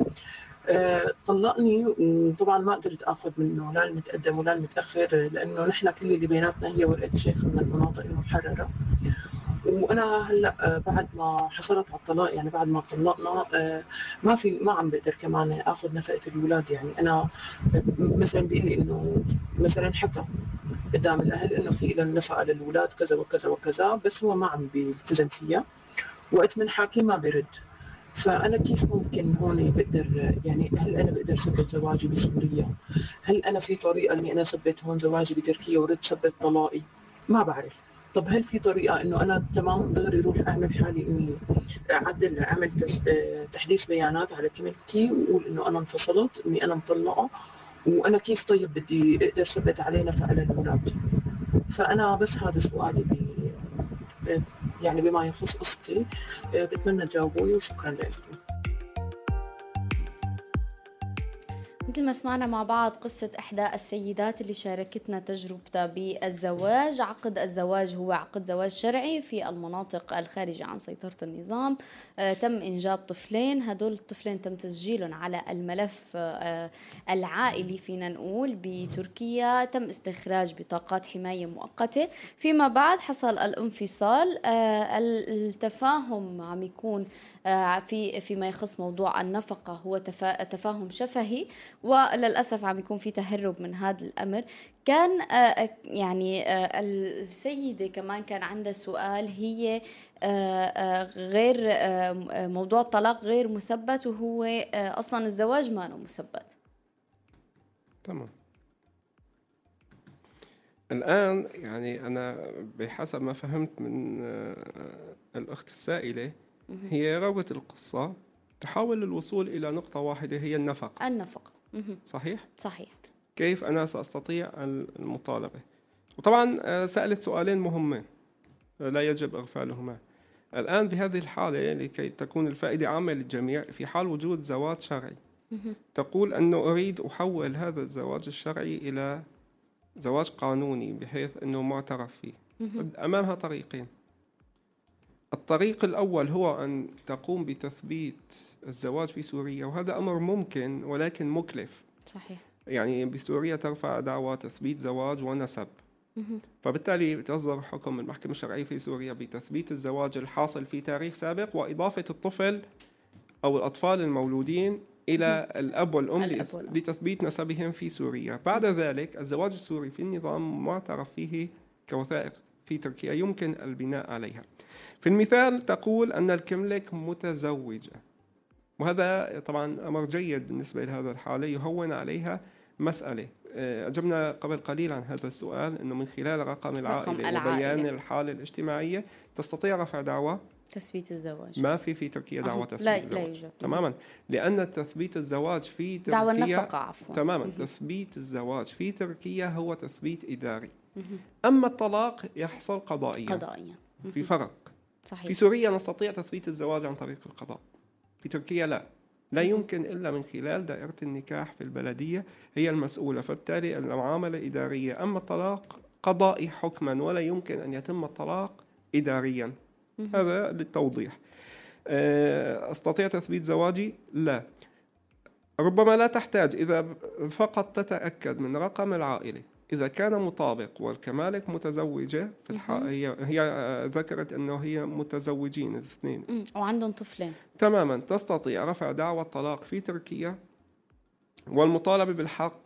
أه طلقني، وطبعا ما قدرت اخذ منه لا المتقدم ولا المتاخر، لانه نحن كل اللي بيناتنا هي ورقه شيخ من المناطق المحرره. وانا هلا بعد ما حصلت على الطلاق، يعني بعد ما طلقنا أه ما في ما عم بقدر كمان اخذ نفقه الاولاد. يعني انا مثلا بيقول لي انه مثلا حكى قدام الاهل انه في له النفقه للاولاد كذا وكذا وكذا، بس هو ما عم بيلتزم فيها، وقت من حاكي ما برد. فأنا كيف ممكن هون بقدر، يعني هل أنا بقدر ثبت زواجي بسوريا؟ هل أنا في طريقة إني أنا ثبت هون زواجي بتركيا ورد ثبت طلاقي؟ ما بعرف. طب هل في طريقة إنه أنا تمام بقدر أروح أعمل حالي إني أعدل أعمل تحديث بيانات على كملتي وأقول إنه أنا انفصلت، إني أنا مطلقة، وأنا كيف طيب بدي أقدر ثبت علينا فعل الأولاد؟ فأنا بس هذا سؤالي بي يعني بما يخص قصتي، بتمنى تجاوبوني، وشكرا لكم.
مثل ما سمعنا مع بعض قصة إحدى السيدات اللي شاركتنا تجربتها بالزواج. عقد الزواج هو عقد زواج شرعي في المناطق الخارجة عن سيطرة النظام. آه تم إنجاب طفلين، هدول الطفلين تم تسجيلهم على الملف آه العائلي فينا نقول بتركيا. تم استخراج بطاقات حماية مؤقتة. فيما بعد حصل الانفصال. آه التفاهم عم يكون آه في فيما يخص موضوع النفقة هو تفا تفاهم شفهي، وللأسف عم يكون في تهرب من هذا الأمر. كان آه يعني آه السيدة كمان كان عندها سؤال، هي آه آه غير آه موضوع الطلاق غير مثبت، وهو آه أصلا الزواج ما أنه مثبت.
تمام. الآن يعني أنا بحسب ما فهمت من آه الأخت السائلة، هي راوية القصة تحاول الوصول إلى نقطة واحدة هي النفقة.
النفقة
صحيح؟
صحيح.
كيف أنا سأستطيع المطالبة؟ وطبعا سألت سؤالين مهمين لا يجب إغفالهما. الآن بهذه الحالة لكي تكون الفائدة عامة للجميع، في حال وجود زواج شرعي تقول أنه أريد أحول هذا الزواج الشرعي إلى زواج قانوني بحيث أنه معترف فيه. أمامها طريقين. الطريق الأول هو أن تقوم بتثبيت الزواج في سوريا، وهذا أمر ممكن ولكن مكلف.
صحيح.
يعني بسوريا ترفع دعوى تثبيت زواج ونسب، فبالتالي تصدر حكم المحكمة الشرعية في سوريا بتثبيت الزواج الحاصل في تاريخ سابق وإضافة الطفل أو الأطفال المولودين إلى الأب والأم لتثبيت نسبهم في سوريا. بعد ذلك الزواج السوري في النظام معترف فيه كوثائق في تركيا يمكن البناء عليها. في المثال تقول أن الكملك متزوجة، وهذا طبعا أمر جيد بالنسبة لهذا الحالة يهون عليها مسألة. أجبنا قبل قليل عن هذا السؤال أنه من خلال رقم العائلة وبيان الحالة الاجتماعية تستطيع رفع دعوى
تثبيت الزواج.
ما في في تركيا دعوى تثبيت
لا
الزواج.
لا يوجد.
تماما، لأن تثبيت الزواج في تركيا
دعوى النفقة عفوا.
تماما. تثبيت الزواج في تركيا هو تثبيت إداري. أما الطلاق يحصل قضائيا.
قضائيا.
في فرق.
صحيح.
في سوريا نستطيع تثبيت الزواج عن طريق القضاء، في تركيا لا لا يمكن إلا من خلال دائرة النكاح في البلدية هي المسؤولة، فبالتالي المعاملة إدارية. أما الطلاق قضائي حكما، ولا يمكن أن يتم الطلاق إداريا. هذا للتوضيح. أستطيع تثبيت زواجي؟ لا. ربما لا تحتاج، إذا فقط تتأكد من رقم العائلة إذا كان مطابق والكمالك متزوجة في الح... هي هي ذكرت أنه هي متزوجين الاثنين
وعندهم طفلين
تماما، تستطيع رفع دعوى الطلاق في تركيا والمطالبة بالحق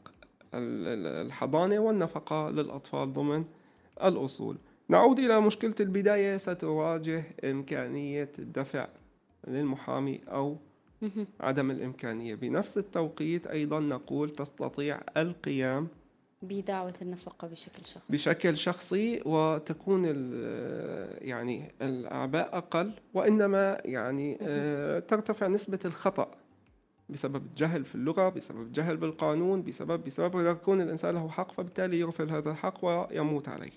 الحضانة والنفقة للأطفال ضمن الأصول. نعود إلى مشكلة البداية. ستواجه إمكانية الدفع للمحامي أو عدم الإمكانية. بنفس التوقيت أيضا نقول تستطيع القيام
بدعوة النفقة بشكل شخصي
بشكل شخصي وتكون يعني الأعباء أقل، وإنما يعني ترتفع نسبة الخطأ بسبب الجهل في اللغة، بسبب الجهل بالقانون، بسبب بسبب يكون الإنسان له حق فبالتالي يرفض هذا الحق ويموت عليه.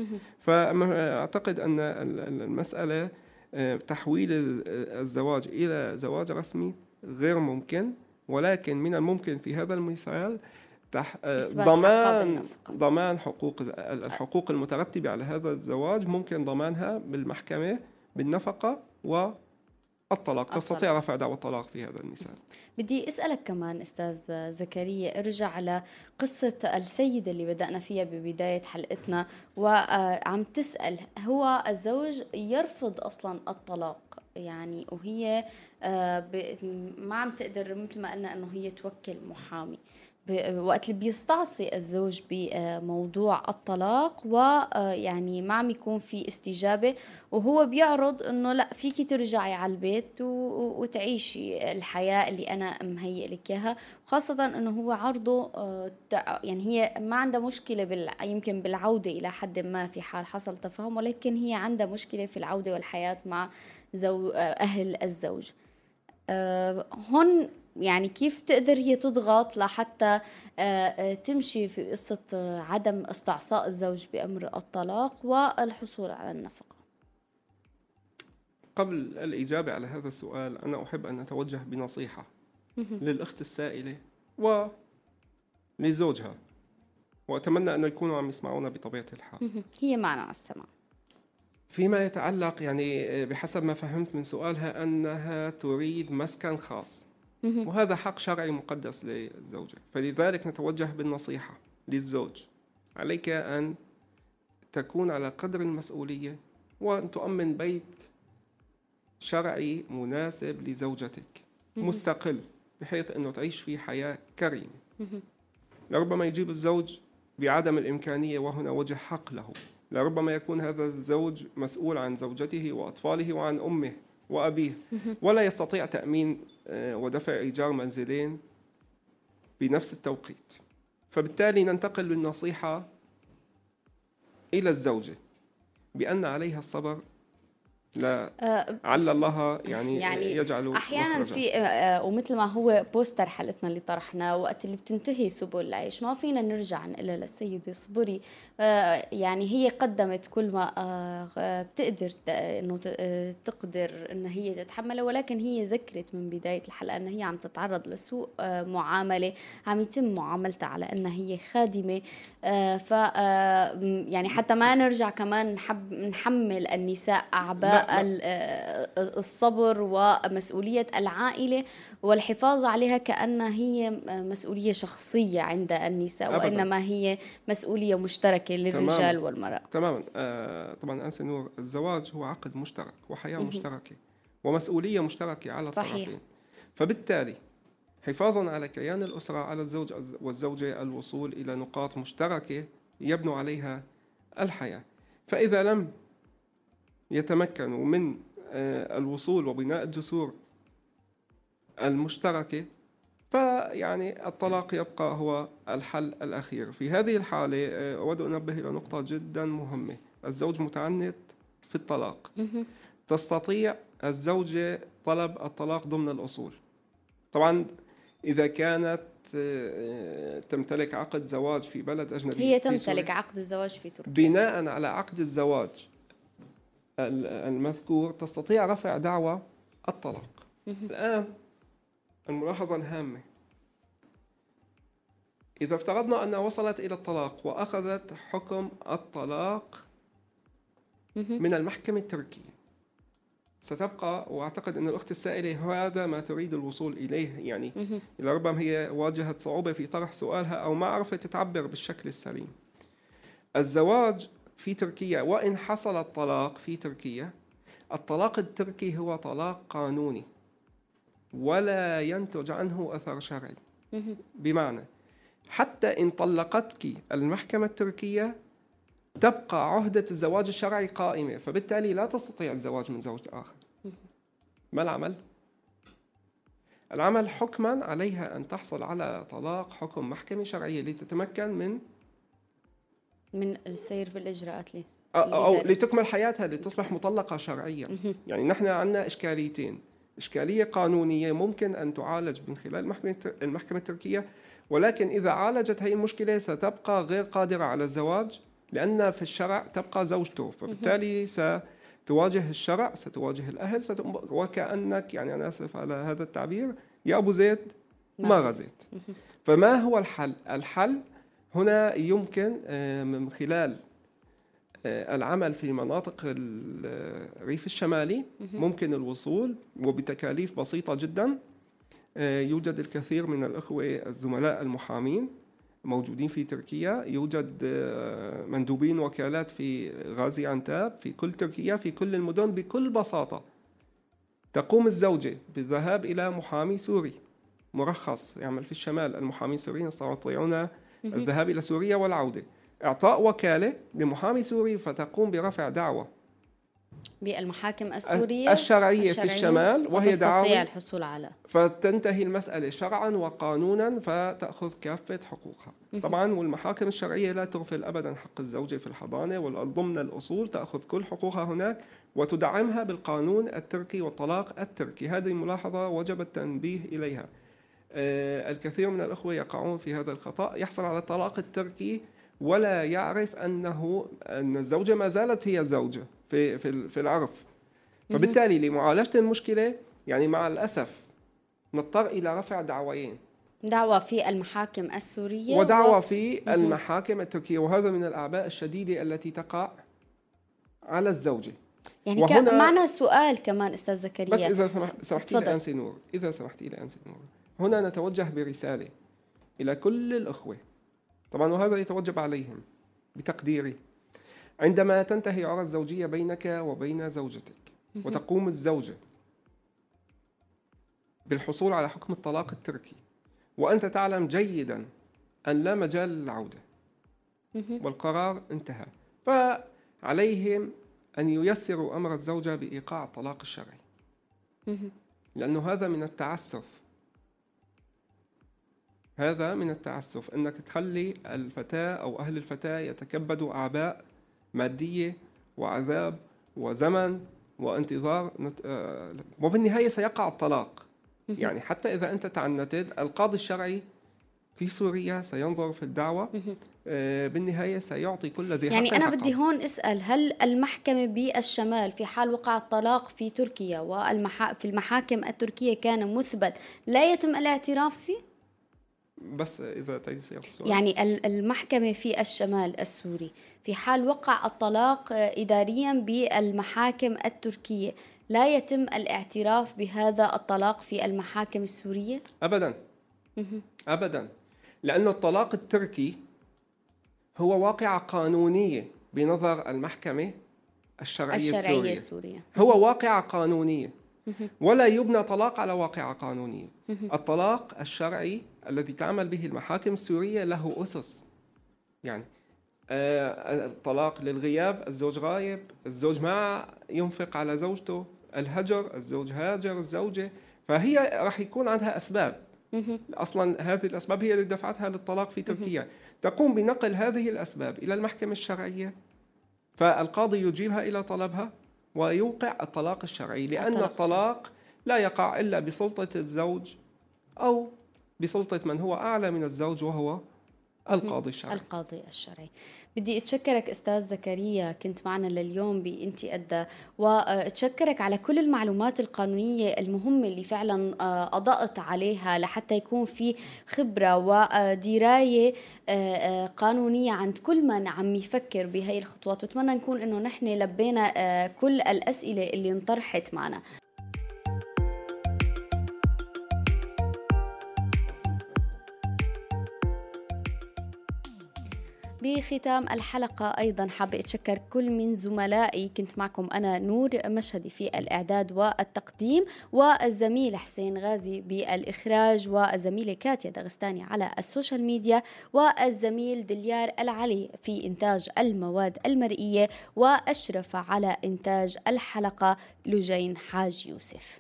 فأعتقد أن المسألة تحويل الزواج إلى زواج رسمي غير ممكن، ولكن من الممكن في هذا المثال ضمان ضمان حقوق الحقوق المترتبة على هذا الزواج، ممكن ضمانها بالمحكمة بالنفقة والطلاق. تستطيع رفع دعوى الطلاق في هذا المثال.
بدي أسألك كمان أستاذ زكريا، ارجع على قصة السيدة اللي بدأنا فيها ببداية حلقتنا وعم تسأل هو الزوج يرفض أصلا الطلاق يعني، وهي ما عم تقدر مثل ما قلنا أنه هي توكل محامي وقت اللي بيستعصي الزوج بموضوع الطلاق ويعني ما عم يكون في استجابة، وهو بيعرض انه لا فيكي ترجعي على البيت وتعيشي الحياة اللي انا مهيئ لك اياها، خاصة انه هو عرضه يعني هي ما عندها مشكلة بال... يمكن بالعودة الى حد ما في حال حصل تفاهم، ولكن هي عندها مشكلة في العودة والحياة مع زو... اهل الزوج. أه هون يعني كيف تقدر هي تضغط لحتى تمشي في قصة عدم استعصاء الزوج بأمر الطلاق والحصول على النفقة؟
قبل الإجابة على هذا السؤال أنا أحب أن أتوجه بنصيحة للأخت السائلة لزوجها، وأتمنى أن يكونوا عم يسمعونا بطبيعة الحال.
هي معنا على السمع.
فيما يتعلق يعني بحسب ما فهمت من سؤالها أنها تريد مسكن خاص، وهذا حق شرعي مقدس للزوجة، فلذلك نتوجه بالنصيحة للزوج: عليك أن تكون على قدر المسؤولية وأن تؤمن بيت شرعي مناسب لزوجتك مستقل، بحيث أنه تعيش فيه حياة كريمة. لربما يجيب الزوج بعدم الإمكانية، وهنا وجه حق له. لربما يكون هذا الزوج مسؤول عن زوجته وأطفاله وعن أمه وأبيه، ولا يستطيع تأمين ودفع إيجار منزلين بنفس التوقيت، فبالتالي ننتقل بالنصيحة إلى الزوجة بأن عليها الصبر، لا عل الله يعني, يعني يجعل
أحيانا
مخرجا.
في ومثل ما هو بوستر حلقتنا اللي طرحنا، وقت اللي بتنتهي سبل العيش ما فينا نرجع نقول للسيدة اصبري، يعني هي قدمت كل ما بتقدر انه تقدر ان هي تتحمله، ولكن هي ذكرت من بداية الحلقة ان هي عم تتعرض لسوء معاملة، عم يتم معاملتها على ان هي خادمة. ف يعني حتى ما نرجع كمان نحب نحمل النساء أعباء الصبر ومسؤولية العائلة والحفاظ عليها كأنها هي مسؤولية شخصية عند النساء أبداً. وإنما هي مسؤولية مشتركة للرجال تمام. والمرأة.
تماما. آه طبعا أنسة نور، الزواج هو عقد مشترك وحياة م- مشتركة ومسؤولية مشتركة على الطرفين، فبالتالي حفاظا على كيان الأسرة على الزوج والزوجة الوصول إلى نقاط مشتركة يبنوا عليها الحياة. فإذا لم يتمكنوا من الوصول وبناء الجسور المشتركة، فيعني الطلاق يبقى هو الحل الأخير. في هذه الحالة أود أن أنبه إلى نقطة جدا مهمة: الزوج متعنت في الطلاق. تستطيع الزوجة طلب الطلاق ضمن الأصول، طبعا إذا كانت تمتلك عقد زواج في بلد أجنبي.
هي تمتلك عقد الزواج في تركيا.
بناء على عقد الزواج المذكور تستطيع رفع دعوى الطلاق. الآن الملاحظة الهامة: إذا افترضنا أنها وصلت إلى الطلاق وأخذت حكم الطلاق من المحكمة التركية، ستبقى، وأعتقد أن الأخت السائلة هذا ما تريد الوصول إليه، يعني لربما هي واجهت صعوبة في طرح سؤالها أو ما عرفت تعبر بالشكل السليم. الزواج في تركيا وإن حصل الطلاق في تركيا، الطلاق التركي هو طلاق قانوني ولا ينتج عنه أثر شرعي. بمعنى حتى إن طلقتك المحكمة التركية تبقى عهدة الزواج الشرعي قائمة، فبالتالي لا تستطيع الزواج من زوج آخر. ما العمل؟ العمل حكما عليها أن تحصل على طلاق حكم محكمة شرعية لتتمكن من
من السير بالإجراءات لي
أو لتكمل حياتها لتصبح مطلقة شرعيا. يعني نحن عندنا إشكاليتين: إشكالية قانونية ممكن أن تعالج من خلال المحكمة التركية، ولكن إذا عالجت هذه المشكلة ستبقى غير قادرة على الزواج، لأن في الشرع تبقى زوجته، فبالتالي ستواجه الشرع، ستواجه الأهل، وكأنك يعني أنا آسف على هذا التعبير يا أبو زيد ما غزيت. فما هو الحل؟ الحل هنا يمكن من خلال العمل في مناطق الريف الشمالي، ممكن الوصول وبتكاليف بسيطة جدا. يوجد الكثير من الأخوة الزملاء المحامين موجودين في تركيا، يوجد مندوبين وكالات في غازي عنتاب في كل تركيا في كل المدن. بكل بساطة تقوم الزوجة بالذهاب إلى محامي سوري مرخص يعمل في الشمال، المحامين السوريين يستطيعون الذهاب إلى سوريا والعودة، إعطاء وكالة لمحامي سوري فتقوم برفع دعوة
بالمحاكم السورية
الشرعية, الشرعية في الشمال، وهي
دعوة الحصول على،
فتنتهي المسألة شرعا وقانونا فتأخذ كافة حقوقها. طبعا والمحاكم الشرعية لا تغفل أبدا حق الزوجة في الحضانة، وضمن الأصول تأخذ كل حقوقها هناك وتدعمها بالقانون التركي والطلاق التركي. هذه ملاحظة وجب التنبيه إليها. الكثير من الأخوة يقعون في هذا الخطأ، يحصل على الطلاق التركي ولا يعرف أنه أن الزوجة ما زالت هي زوجة في في في العرف، فبالتالي لمعالجة المشكلة يعني مع الأسف نضطر إلى رفع دعويين.
دعوة في المحاكم السورية
ودعوة
و...
في المحاكم التركية، وهذا من الأعباء الشديدة التي تقع على الزوجة.
يعني وهنا... معنا سؤال كمان أستاذ زكريا،
بس إذا سمحتي لي أنسي نور إذا سمحتي لي أنسي نور هنا نتوجه برسالة إلى كل الأخوة طبعا، وهذا يتوجب عليهم بتقديري. عندما تنتهي عرى الزوجية بينك وبين زوجتك وتقوم الزوجة بالحصول على حكم الطلاق التركي، وأنت تعلم جيدا أن لا مجال للعودة والقرار انتهى، فعليهم أن ييسروا أمر الزوجة بإيقاع الطلاق الشرعي، لأنه هذا من التعسف. هذا من التعسف أنك تخلي الفتاة أو أهل الفتاة يتكبدوا أعباء مادية وعذاب وزمن وانتظار، وبالنهاية سيقع الطلاق. يعني حتى إذا أنت تعنتد، القاضي الشرعي في سوريا سينظر في الدعوة، بالنهاية سيعطي كل ذي حق.
يعني أنا حقا. بدي هون أسأل، هل المحكمة بالشمال في حال وقع الطلاق في تركيا وفي المحاكم التركية كان مثبت لا يتم الاعتراف فيه؟
بس إذا تعيد سياق السؤال.
يعني المحكمة في الشمال السوري في حال وقع الطلاق إداريا بالمحاكم التركية لا يتم الاعتراف بهذا الطلاق في المحاكم السورية؟
أبدا أبدا، لأن الطلاق التركي هو واقعة قانونية بنظر المحكمة الشرعية,
الشرعية
السورية.
السورية
هو واقعة قانونية، ولا يبنى طلاق على واقعة قانونية. الطلاق الشرعي الذي تعمل به المحاكم السورية له أسس، يعني آه الطلاق للغياب، الزوج غايب، الزوج ما ينفق على زوجته، الهجر، الزوج هاجر الزوجة، فهي راح يكون عندها أسباب. أصلا هذه الأسباب هي اللي دفعتها للطلاق في تركيا. تقوم بنقل هذه الأسباب إلى المحكمة الشرعية، فالقاضي يجيبها إلى طلبها ويوقع الطلاق الشرعي، لأن الطلاق, الطلاق لا يقع إلا بسلطة الزوج أو بسلطة من هو أعلى من الزوج وهو القاضي الشرعي.
القاضي الشرعي. بدي أتشكرك أستاذ زكريا، كنت معنا لليوم بإنتي أدى، وأتشكرك على كل المعلومات القانونية المهمة اللي فعلا أضأت عليها لحتى يكون في خبرة ودراية قانونية عند كل من عم يفكر بهاي الخطوات. وأتمنى نكون إنه نحن لبينا كل الأسئلة اللي انطرحت معنا. بختام الحلقة أيضا حابة أتشكر كل من زملائي، كنت معكم أنا نور مشهدي في الإعداد والتقديم، والزميل حسين غازي بالإخراج، والزميلة كاتيا دغستاني على السوشيال ميديا، والزميل دليار العلي في إنتاج المواد المرئية، وأشرف على إنتاج الحلقة لجين حاج يوسف.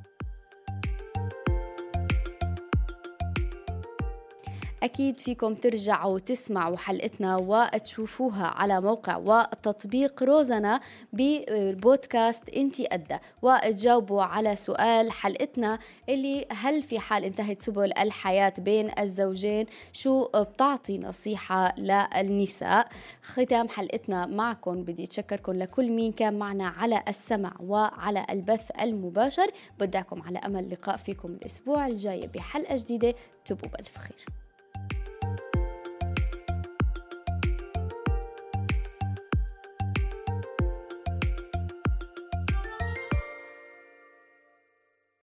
أكيد فيكم ترجعوا تسمعوا حلقتنا وتشوفوها على موقع وتطبيق روزانا بالبودكاست انتي أدى، وتجاوبوا على سؤال حلقتنا اللي هل في حال انتهت سبل الحياة بين الزوجين شو بتعطي نصيحة للنساء. ختام حلقتنا معكم بدي أتشكركم لكل مين كان معنا على السمع وعلى البث المباشر. بدعكم على أمل لقاء فيكم الأسبوع الجاي بحلقة جديدة. تبقوا بألف خير.